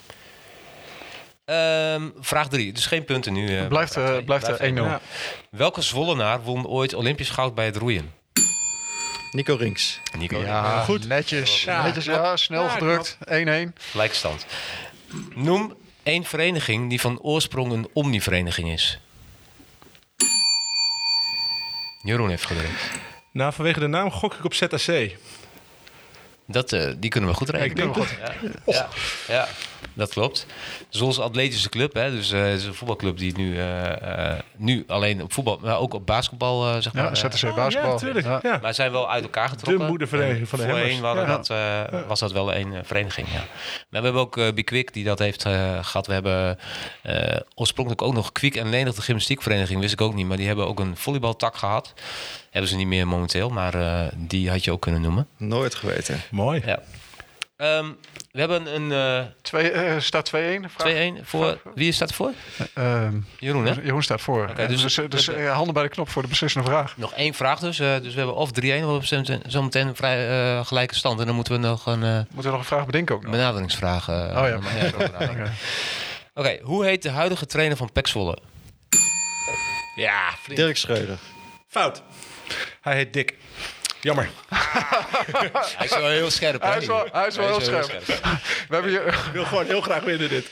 Um, vraag drie. Dus geen punten nu. Uh, Het blijft, uh, blijft er één nul. Ja. Welke Zwollenaar won ooit Olympisch goud bij het roeien? Nico Rinks. Nico. Ja, Goed. netjes. Ja, netjes ja, snel Ja, gedrukt. één-één. Gelijke stand. Noem één vereniging die van oorsprong een omnivereniging is. Jeroen heeft gedrukt. Nou, vanwege de naam gok ik op Z A C. Dat, uh, die kunnen we goed rekenen. Ik denk dat... Ja, ja, ja, dat klopt. Zoals atletische club, hè, dus uh, het is een voetbalclub die nu, uh, uh, nu alleen op voetbal, maar ook op basketbal, uh, zeg maar. Ja, Z T C Oh, basketbal. ja, tuurlijk. Ja. Ja. Maar zijn wel uit elkaar getrokken. De moedervereniging van de Voorheen Hammers. waren Ja. dat, uh, was dat wel één uh, vereniging, ja. Maar we hebben ook uh, Bikwik die dat heeft uh, gehad. We hebben uh, oorspronkelijk ook nog Kwiek en Lenig, de gymnastiekvereniging, wist ik ook niet. Maar die hebben ook een volleybaltak gehad. Hebben ze niet meer momenteel, maar uh, die had je ook kunnen noemen. Nooit geweten. Mooi. Ja. Um, we hebben een uh, Twee, uh, staat twee-één. Vraag- twee-één voor... Wie staat er voor? Ehm, Jeroen, hè? Jeroen staat voor. Oké, Okay, dus- dus dus, dus uh, handen bij de knop voor de beslissende vraag. Nog één vraag dus. Uh, dus we hebben of drie-één of zometeen zometeen een vrij uh, gelijke stand. En dan moeten we nog een uh, Moeten we nog een vraag bedenken ook nog? benaderingsvraag. Uh, Oh ja. ja, zo benaderen. Oké. Oké, okay, hoe heet de huidige trainer van P E C Zwolle? Ja, vriend. Dirk Schreuder. Fout. Hij heet Dick. Jammer. Hij is wel heel scherp, hè? Hij is wel, hij is wel heel scherp. We hebben hier... Ik wil gewoon heel graag winnen dit.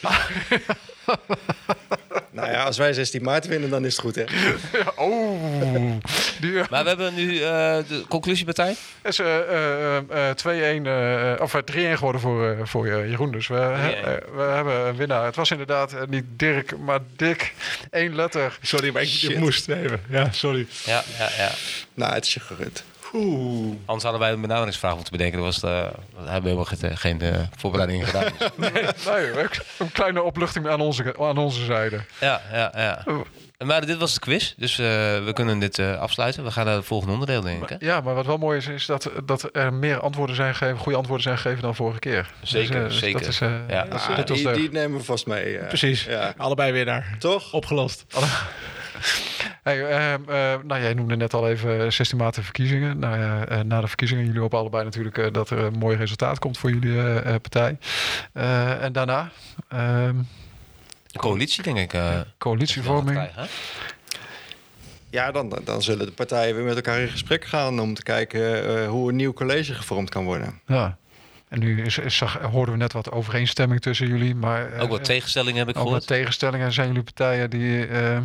Nou ja, als wij zestien maart winnen, dan is het goed, hè? Oh. Die uh, Maar we hebben nu uh, de conclusiepartij. is uh, uh, uh, twee-één, uh, of uh, drie-één geworden voor, uh, voor uh, Jeroen. Dus we, he, uh, we hebben een winnaar. Het was inderdaad uh, niet Dirk, maar Dick. Één letter. Sorry, maar ik, ik Shit. moest even. Ja, sorry. Ja, ja, ja. Nou, het is je gerund. Oeh. Anders hadden wij een benaderingsvraag moeten bedenken. Dat was het, uh, we hebben helemaal geen, geen uh, voorbereidingen gedaan. Dus. Nee, nee, een kleine opluchting aan onze, aan onze zijde. Ja, ja, ja. Maar dit was de quiz, dus uh, we kunnen dit uh, afsluiten. We gaan naar het volgende onderdeel, denk ik. Hè? Ja, maar wat wel mooi is, is dat, dat er meer antwoorden zijn gegeven, goede antwoorden zijn gegeven dan vorige keer. Zeker, dus, uh, zeker. Dat is, uh, Ja. dat is, Ah, dat is die, leuk. die nemen we vast mee. uh, Precies. Ja. Allebei weer daar. Toch? Opgelost. Hey, uh, uh, nou, jij noemde net al even zestien maart de verkiezingen. Nou, ja, uh, na de verkiezingen, jullie hopen allebei natuurlijk uh, dat er een mooi resultaat komt voor jullie uh, uh, partij. Uh, en daarna? Uh, De coalitie, denk ik. Uh, coalitievorming. krijgen, hè? Ja, dan, dan zullen de partijen weer met elkaar in gesprek gaan om te kijken uh, hoe een nieuw college gevormd kan worden. Ja. En nu is, is, zag, hoorden we net wat overeenstemming tussen jullie. Maar, uh, Ook wat tegenstellingen heb ik ook wat gehoord. tegenstellingen. Zijn jullie partijen die... Uh,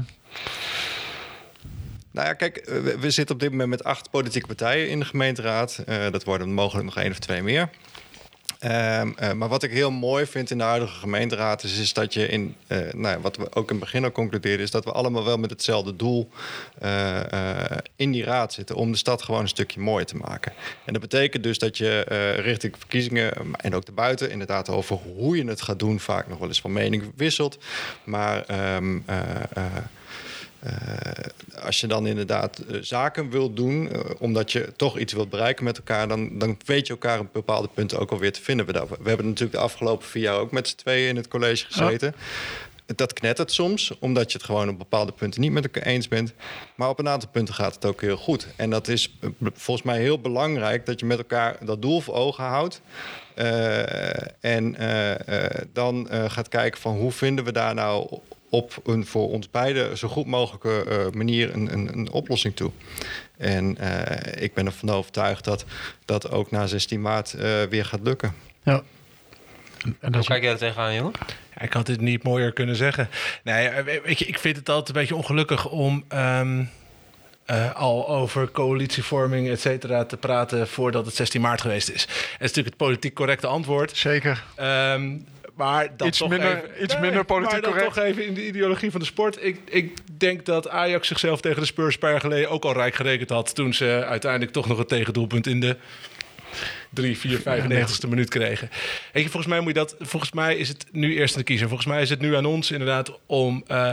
Nou ja, kijk, we, we zitten op dit moment met acht politieke partijen in de gemeenteraad. Uh, dat worden mogelijk nog één of twee meer. Um, uh, maar wat ik heel mooi vind in de huidige gemeenteraad is, is dat je in, uh, nou ja, wat we ook in het begin al concludeerden, is dat we allemaal wel met hetzelfde doel uh, uh, in die raad zitten om de stad gewoon een stukje mooier te maken. En dat betekent dus dat je uh, richting verkiezingen en ook daarbuiten inderdaad over hoe je het gaat doen vaak nog wel eens van mening wisselt. Maar um, uh, uh, Uh, als je dan inderdaad uh, zaken wilt doen, uh, omdat je toch iets wilt bereiken met elkaar, dan, dan weet je elkaar op bepaalde punten ook alweer te vinden. We, we hebben natuurlijk de afgelopen vier jaar ook met z'n tweeën in het college gezeten. Ja. Dat knettert soms, omdat je het gewoon op bepaalde punten niet met elkaar eens bent. Maar op een aantal punten gaat het ook heel goed. En dat is uh, volgens mij heel belangrijk dat je met elkaar dat doel voor ogen houdt. Uh, en uh, uh, dan uh, gaat kijken van hoe vinden we daar nou op een voor ons beiden zo goed mogelijke uh, manier een, een, een oplossing toe. En uh, ik ben ervan overtuigd dat dat ook na zestien maart uh, weer gaat lukken. ja. En dat Hoe is, kijk jij er tegenaan, jongen? Ja, ik had dit niet mooier kunnen zeggen. Nee, weet je, ik vind het altijd een beetje ongelukkig om um, uh, al over coalitievorming, et cetera, te praten voordat het zestien maart geweest is. Het is natuurlijk het politiek correcte antwoord. zeker. Um, maar dan Iets toch minder- even, iets minder politiek maar dan correct. toch even in de ideologie van de sport. Ik, ik denk dat Ajax zichzelf tegen de Spurs een paar jaar geleden ook al rijk gerekend had, toen ze uiteindelijk toch nog een tegendoelpunt in de drie, vier, vijfennegentigste minuut kregen. Weet je, volgens mij moet je dat. Volgens mij is het nu eerst aan de kiezer. Volgens mij is het nu aan ons inderdaad om uh,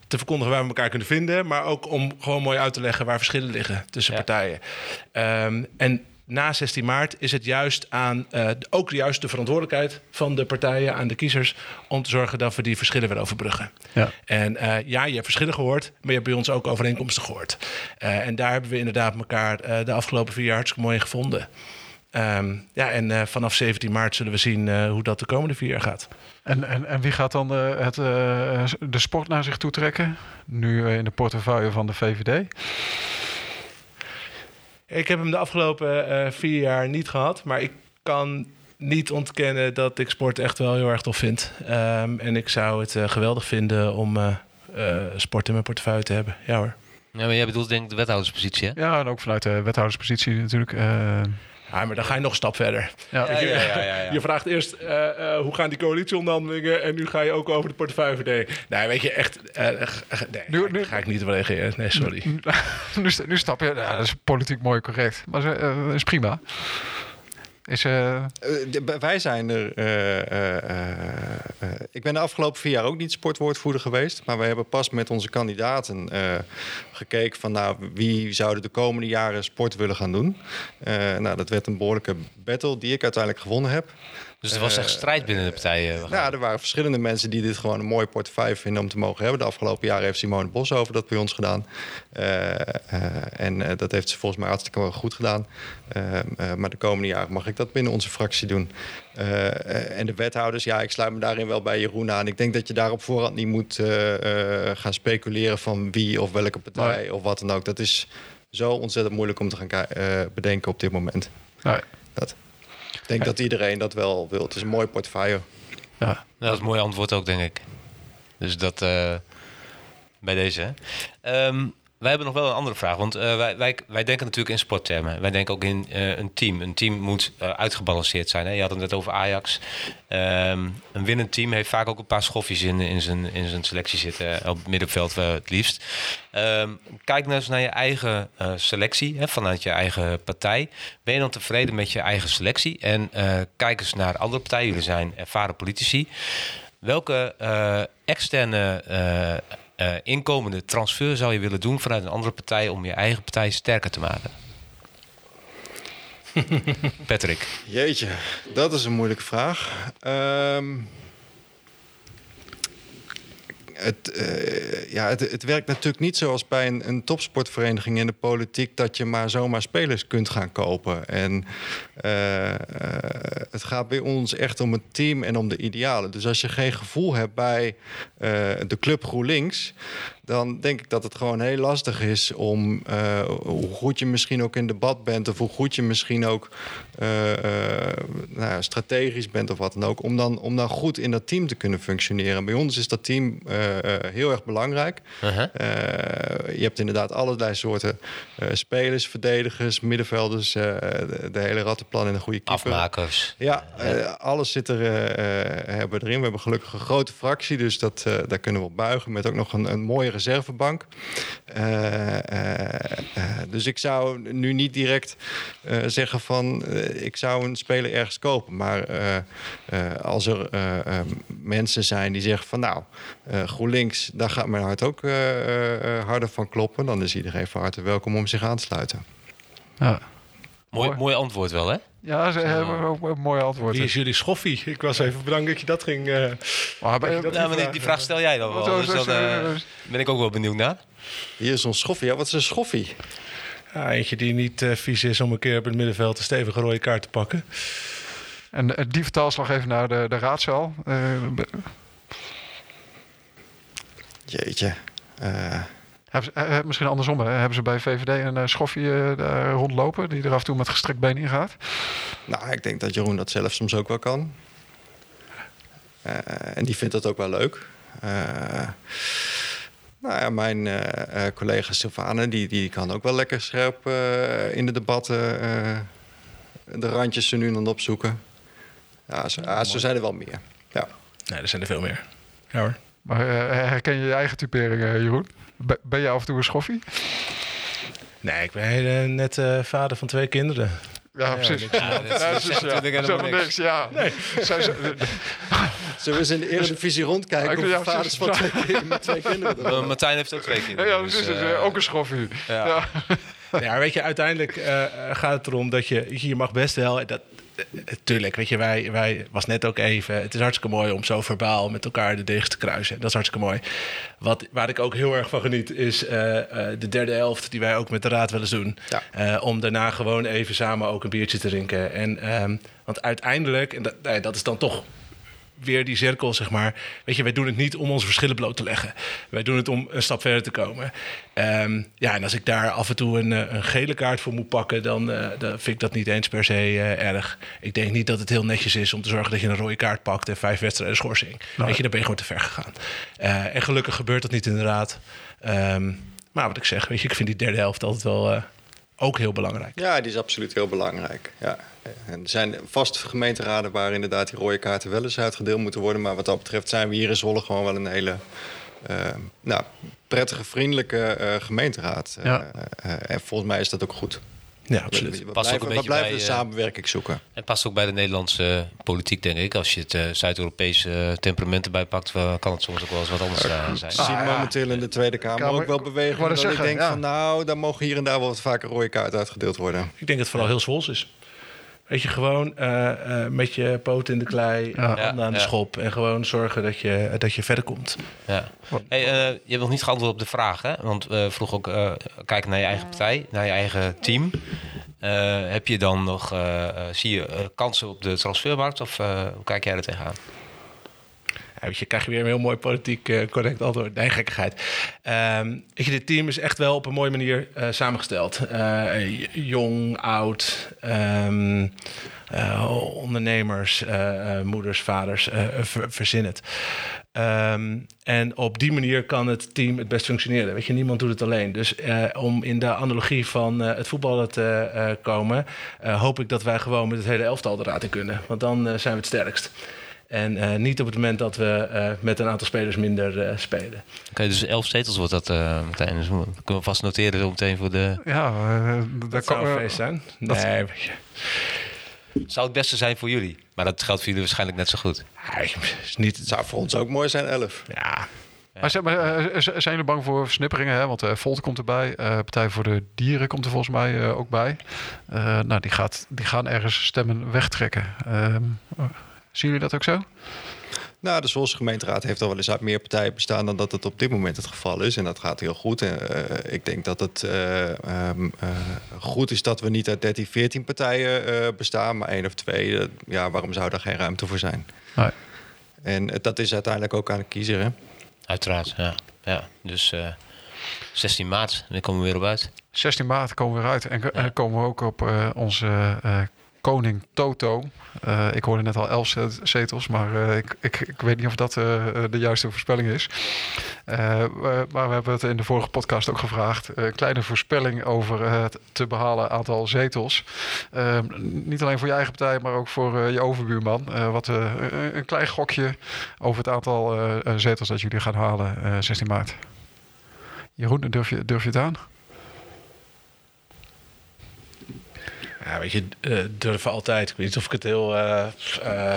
te verkondigen waar we elkaar kunnen vinden, maar ook om gewoon mooi uit te leggen waar verschillen liggen tussen Ja. partijen. Um, en na zestien maart is het juist aan uh, ook juist de verantwoordelijkheid van de partijen, aan de kiezers, om te zorgen dat we die verschillen weer overbruggen. Ja. En uh, ja, je hebt verschillen gehoord, maar je hebt bij ons ook overeenkomsten gehoord. Uh, en daar hebben we inderdaad elkaar uh, de afgelopen vier jaar hartstikke mooi in gevonden. Um, ja, en uh, vanaf zeventien maart zullen we zien uh, hoe dat de komende vier jaar gaat. En, en, en wie gaat dan uh, het, uh, de sport naar zich toe trekken? Nu uh, in de portefeuille van de V V D? Ik heb hem de afgelopen uh, vier jaar niet gehad, maar ik kan niet ontkennen dat ik sport echt wel heel erg tof vind. Um, en ik zou het uh, geweldig vinden om uh, uh, sport in mijn portefeuille te hebben. Ja hoor. Ja, maar jij bedoelt denk ik de wethouderspositie, hè? Ja, en ook vanuit de wethouderspositie natuurlijk. Uh, Ja, maar dan ga je nog een stap verder. ja. Ja, ja, ja, ja, ja. Je vraagt eerst uh, uh, hoe gaan die coalitieonderhandelingen en nu ga je ook over de portefeuille verdelen. Nee, weet je, echt... Uh, nee, Nu- nu, nu- ga ik niet op reageren. Nee, sorry. Nu, nu, st- nu stap je... Ja, dat is politiek mooi correct. Maar dat uh, is prima. Is, uh, Uh, de- wij zijn er. uh, uh, uh, uh, ik ben de afgelopen vier jaar ook niet sportwoordvoerder geweest. Maar we hebben pas met onze kandidaten uh, gekeken van nou, wie zouden de komende jaren sport willen gaan doen. Uh, nou, dat werd een behoorlijke battle die ik uiteindelijk gewonnen heb. Dus er was echt strijd binnen de partijen. Nou, er waren verschillende mensen die dit gewoon een mooie portefeuille vinden om te mogen hebben. De afgelopen jaren heeft Simone Boshoven dat bij ons gedaan. Uh, uh, en uh, dat heeft ze volgens mij hartstikke goed gedaan. Uh, uh, maar de komende jaren mag ik dat binnen onze fractie doen. Uh, uh, en de wethouders, ja, ik sluit me daarin wel bij Jeroen aan. Ik denk dat je daar op voorhand niet moet uh, uh, gaan speculeren van wie of welke partij Nee. of wat dan ook. Dat is zo ontzettend moeilijk om te gaan uh, bedenken op dit moment. nee. Dat. Ik denk dat iedereen dat wel wil. Het is een mooi portefeuille. Ja. Nou, dat is een mooi antwoord ook, denk ik. Dus dat uh, bij deze. Hè. Um, wij hebben nog wel een andere vraag. Want uh, wij, wij, wij denken natuurlijk in sporttermen. Wij denken ook in uh, een team. Een team moet uh, uitgebalanceerd zijn. Hè? Je had het net over Ajax. Um, een winnend team heeft vaak ook een paar schoffies in, in, zijn, in zijn selectie zitten. Uh, op het middenveld uh, het liefst. Um, kijk nou eens naar je eigen uh, selectie. Hè, vanuit je eigen partij. Ben je dan tevreden met je eigen selectie? En uh, kijk eens naar andere partijen. Jullie zijn ervaren politici. Welke uh, externe... Uh, Uh, inkomende transfer zou je willen doen vanuit een andere partij om je eigen partij sterker te maken? Patrick. Jeetje, dat is een moeilijke vraag. Um, het, uh, ja, het, het werkt natuurlijk niet zoals bij een, een topsportvereniging in de politiek dat je maar zomaar spelers kunt gaan kopen. En uh, uh, het gaat bij ons echt om het team en om de idealen. Dus als je geen gevoel hebt bij uh, de club GroenLinks, dan denk ik dat het gewoon heel lastig is om, uh, hoe goed je misschien ook in debat bent, of hoe goed je misschien ook uh, uh, nou ja, strategisch bent of wat dan ook, om dan, om dan goed in dat team te kunnen functioneren. Bij ons is dat team uh, uh, heel erg belangrijk. Uh-huh. Uh, je hebt inderdaad allerlei soorten uh, spelers, verdedigers, middenvelders, uh, de, de hele rattenplan en een goede keeper. Afmakers. Ja, uh, alles zit er, uh, uh, hebben we erin. We hebben gelukkig een grote fractie, dus dat, uh, daar kunnen we op buigen. Met ook nog een, een mooie reservebank. Uh, uh, uh, dus ik zou nu niet direct uh, zeggen van... Uh, ik zou een speler ergens kopen. Maar uh, uh, als er uh, uh, mensen zijn die zeggen van... nou, uh, GroenLinks, daar gaat mijn hart ook uh, uh, harder van kloppen... dan is iedereen van harte welkom om zich aan te sluiten. Ja. Mooi, Mooi. mooi antwoord wel, hè? Ja, ze hebben ook een mooi antwoord. Wie is jullie schoffie? Ik was even bedankt dat je dat ging... Uh, Maar bij- dat je dat Ja, maar die, die vraag stel jij dan wel. Zo, Dus zo, dan zo, uh, zo. ben ik ook wel benieuwd naar. Hier is ons schoffie. Ja, wat is een schoffie? Ja, eentje die niet uh, vies is om een keer op het middenveld een stevige rode kaart te pakken. En uh, die vertaalslag even naar de, de raadzaal. Uh, be- Jeetje. Uh, hebben ze, uh, misschien andersom, hè? Hebben ze bij V V D een uh, schoffie uh, daar rondlopen... die er af en toe met gestrekt been in gaat? Nou, ik denk dat Jeroen dat zelf soms ook wel kan. Uh, en die vindt dat ook wel leuk. Uh, nou ja, mijn uh, uh, collega Sylvane, die, die kan ook wel lekker scherp uh, in de debatten... Uh, de randjes ze nu dan opzoeken. Ja, zo, ja, zo zijn er wel meer. Ja. Nee, er zijn er veel meer. Ja hoor. Maar uh, herken je je eigen typering, uh, Jeroen? Be- ben je af en toe een schoffie? Nee, ik ben uh, net uh, vader van twee kinderen. Ja, precies. niks aan. Ja, dat is- Ja, dat precies, zegt natuurlijk helemaal Zegt niks. niks. Ja. Nee. Zij, ze- Zullen we eens in de Eredivisie rondkijken Ja, of vaders van twee, kind- met twee kinderen Uh, doen? Martijn heeft ook twee Ja, kinderen. ja, dat dus, is het. uh, Ook een schoffie. ja. Ja. Ja, weet je, uiteindelijk uh, gaat het erom dat je... Je mag best wel... Dat, uh, tuurlijk, weet je, wij, wij... was net ook even... Het is hartstikke mooi om zo verbaal met elkaar de degens te kruisen. Dat is hartstikke mooi. Wat, waar ik ook heel erg van geniet... is uh, uh, de derde helft die wij ook met de raad wel eens doen. Ja. Uh, om daarna gewoon even samen ook een biertje te drinken. En, um, want uiteindelijk... En dat, nee, dat is dan toch... weer die cirkel, zeg maar. Weet je, wij doen het niet om onze verschillen bloot te leggen. Wij doen het om een stap verder te komen. Um, ja, en als ik daar af en toe een, een gele kaart voor moet pakken... Dan, uh, dan vind ik dat niet eens per se uh, erg. Ik denk niet dat het heel netjes is om te zorgen dat je een rode kaart pakt... en vijf wedstrijden schorsing. Nee. Weet je, dan ben je gewoon te ver gegaan. Uh, en gelukkig gebeurt dat niet inderdaad. Um, maar wat ik zeg, weet je, ik vind die derde helft altijd wel... Uh, ook heel belangrijk. Ja, die is absoluut heel belangrijk. Ja. En er zijn vast gemeenteraden waar inderdaad die rode kaarten wel eens uitgedeeld moeten worden. Maar wat dat betreft zijn we hier in Zwolle gewoon wel een hele uh, nou, prettige, vriendelijke uh, gemeenteraad. Ja. Uh, uh, en volgens mij is dat ook goed. Ja, absoluut. We, we Past ook blijven, een we beetje blijven bij, de uh, samenwerking zoeken. Het past ook bij de Nederlandse politiek, denk ik. Als je het uh, Zuid-Europese uh, temperament erbij pakt... Uh, kan het soms ook wel eens wat anders uh, zijn. We zien Ah, ja. momenteel in de Tweede Kamer, Kamer- ook wel ik bewegingen wou dat net ik zeggen, denk ja. van... nou, daar mogen hier en daar wel wat vaker rode kaarten uitgedeeld worden. Ik denk dat het vooral heel Zwols is. Weet je, gewoon uh, uh, met je poot in de klei, Ja. handen aan de Ja. schop... en gewoon zorgen dat je, dat je verder komt. Ja. Hey, uh, je hebt nog niet geantwoord op de vraag, hè? Want we vroegen ook, uh, kijken naar je eigen partij, naar je eigen team. Uh, heb je dan nog, uh, uh, zie je uh, kansen op de transfermarkt of uh, hoe kijk jij er tegenaan? Ja, weet je, krijg je weer een heel mooi politiek uh, correct antwoord. Nee, gekkigheid. Um, weet je, dit team is echt wel op een mooie manier uh, samengesteld. Uh, jong, oud, um, uh, ondernemers, uh, uh, moeders, vaders, uh, ver, verzin het. Um, en op die manier kan het team het best functioneren. Weet je, niemand doet het alleen. Dus uh, om in de analogie van uh, het voetballen te uh, komen... Uh, hoop ik dat wij gewoon met het hele elftal de raad in kunnen. Want dan uh, zijn we het sterkst. En uh, niet op het moment dat we uh, met een aantal spelers minder uh, spelen. Oké, okay, dus elf zetels wordt dat uh, meteen. Dus kunnen we vast noteren zo meteen voor de... Ja, uh, dat daar zou kan, een uh, feest zijn. dat- Nee, weet je. Zou het beste zijn voor jullie. Maar dat geldt voor jullie waarschijnlijk net zo goed. Ja, is niet, Het zou voor ons ook mooi zijn, elf. ja, Maar zijn, maar, uh, zijn jullie bang voor versnipperingen? Hè? Want uh, Volt komt erbij. Uh, Partij voor de Dieren komt er volgens mij uh, ook bij. Uh, nou, die, gaat, die gaan ergens stemmen wegtrekken. Uh, uh, zien jullie dat ook zo? Nou, de Zwolse gemeenteraad heeft al wel eens uit meer partijen bestaan dan dat het op dit moment het geval is. En dat gaat heel goed. En, uh, ik denk dat het uh, um, uh, goed is dat we niet uit dertien, veertien partijen uh, bestaan, maar één of twee. Uh, ja, waarom zou daar geen ruimte voor zijn? Nee. En uh, dat is uiteindelijk ook aan de kiezer, hè? Uiteraard, ja. ja. Dus uh, zestien maart, dan komen we weer op uit. zestien maart komen we eruit. En Ja. uh, komen we ook op uh, onze uh, koning Toto. Uh, ik hoorde net al elf zetels, maar uh, ik, ik, ik weet niet of dat uh, de juiste voorspelling is. Uh, we, maar we hebben het in de vorige podcast ook gevraagd. Een uh, kleine voorspelling over uh, het te behalen aantal zetels. Uh, niet alleen voor je eigen partij, maar ook voor uh, je overbuurman. Uh, wat, uh, een klein gokje over het aantal uh, zetels dat jullie gaan halen uh, zestien maart. Jeroen, durf je, durf je het aan? ja, weet je, uh, durven altijd. Ik weet niet of ik het heel... Uh, uh,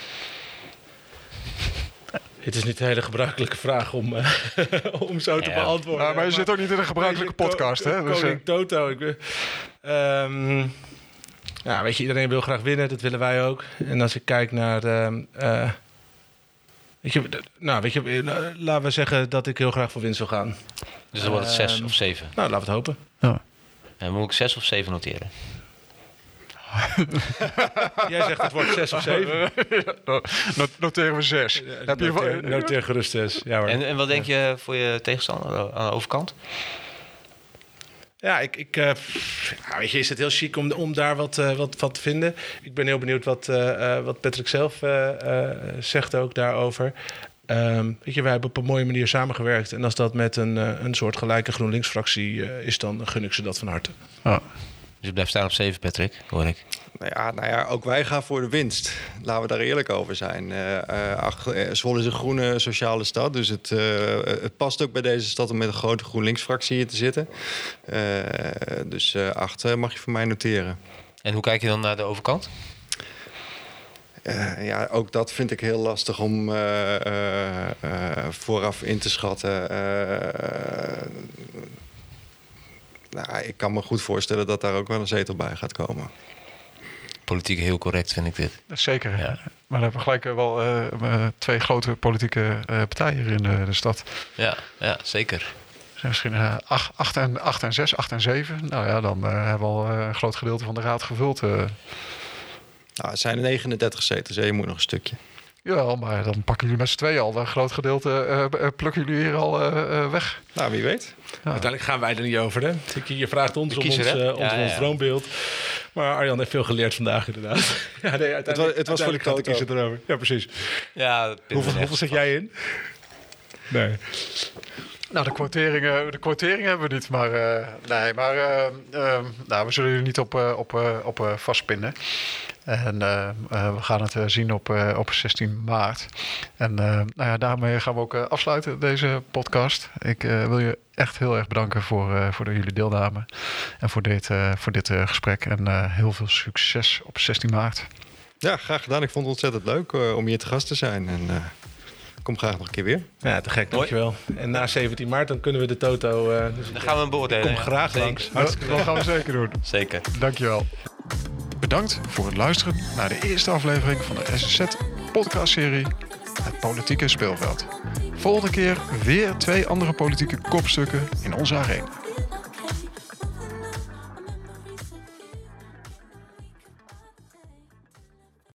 het is niet een hele gebruikelijke vraag om, uh, om zo te Ja. beantwoorden. Nou, maar je zit ook niet in een gebruikelijke Weet je, podcast, ko- hè? Dus, Koning uh, Toto. Ik, um, ja, weet je, iedereen wil graag winnen. Dat willen wij ook. En als ik kijk naar... Um, uh, weet je, nou, weet je, uh, laten we zeggen dat ik heel graag voor winst wil gaan. Dus dan wordt het zes Ehm, of zeven. Nou, laten we het hopen. ja. En moet ik zes of zeven noteren? Jij zegt het wordt zes of zeven. Not- noteren we zes. Ja, Heb je noteer, noteer gerust zes. Ja, hoor. En, en wat denk je voor je tegenstander aan de overkant? Ja, ik, ik, uh, ja, weet je, is het heel chic om, om daar wat, uh, wat van te vinden. Ik ben heel benieuwd wat, uh, uh, wat Patrick zelf uh, uh, zegt ook daarover. Um, weet je, wij hebben op een mooie manier samengewerkt. En als dat met een, uh, een soort gelijke GroenLinks-fractie uh, is, dan gun ik ze dat van harte. Ja. Dus je blijft staan op zeven, Patrick, hoor ik. Nou ja, nou ja, ook wij gaan voor de winst. Laten we daar eerlijk over zijn. Uh, uh, ach, uh, Zwolle is een groene sociale stad. Dus het, uh, het past ook bij deze stad om met een grote GroenLinks-fractie hier te zitten. Uh, dus uh, acht uh, mag je voor mij noteren. En hoe kijk je dan naar de overkant? Uh, ja, ook dat vind ik heel lastig om uh, uh, uh, vooraf in te schatten. Uh, nou, ik kan me goed voorstellen dat daar ook wel een zetel bij gaat komen. Politiek heel correct vind ik dit. Zeker. Ja. Maar dan hebben we gelijk wel uh, twee grote politieke uh, partijen hier in de, de stad. Ja, ja zeker. Misschien uh, acht, acht, en, acht en zes, acht en zeven. Nou ja, dan uh, hebben we al uh, een groot gedeelte van de raad gevuld. Uh. Nou, het zijn negenendertig zetels, hè? Je moet nog een stukje. Ja, maar dan pakken jullie met z'n tweeën al een groot gedeelte, uh, plukken jullie hier al uh, uh, weg. Nou, wie weet. Ja. Uiteindelijk gaan wij er niet over, hè? Je vraagt ons om ons, uh, ons, ja, ja. ons droombeeld. Maar Arjan heeft veel geleerd vandaag, inderdaad. Ja, nee, het was, het was voor de kant kiezen erover. Ja, precies. Ja, hoeveel hoeveel zet jij in? Nee. Nou, de quoteringen, de quoteringen hebben we niet, maar uh, nee, maar uh, uh, nou, we zullen er niet op, uh, op, uh, op uh, vastpinnen. En uh, uh, we gaan het uh, zien op, uh, op zestien maart. En uh, nou ja, daarmee gaan we ook uh, afsluiten deze podcast. Ik uh, wil je echt heel erg bedanken voor, uh, voor de, jullie deelname en voor dit, uh, voor dit uh, gesprek. En uh, heel veel succes op zestien maart. Ja, graag gedaan. Ik vond het ontzettend leuk uh, om hier te gast te zijn. En uh, kom graag nog een keer weer. Ja, te gek, dankjewel. En na zeventien maart dan kunnen we de Toto... Uh, dus dan gaan we hem beoordelen. Kom graag zeker. langs. Hartstikke dat gaan we zeker doen. Zeker. Dankjewel. Bedankt voor het luisteren naar de eerste aflevering van de S S Z-podcastserie Het Politieke Speelveld. Volgende keer weer twee andere politieke kopstukken in onze arena.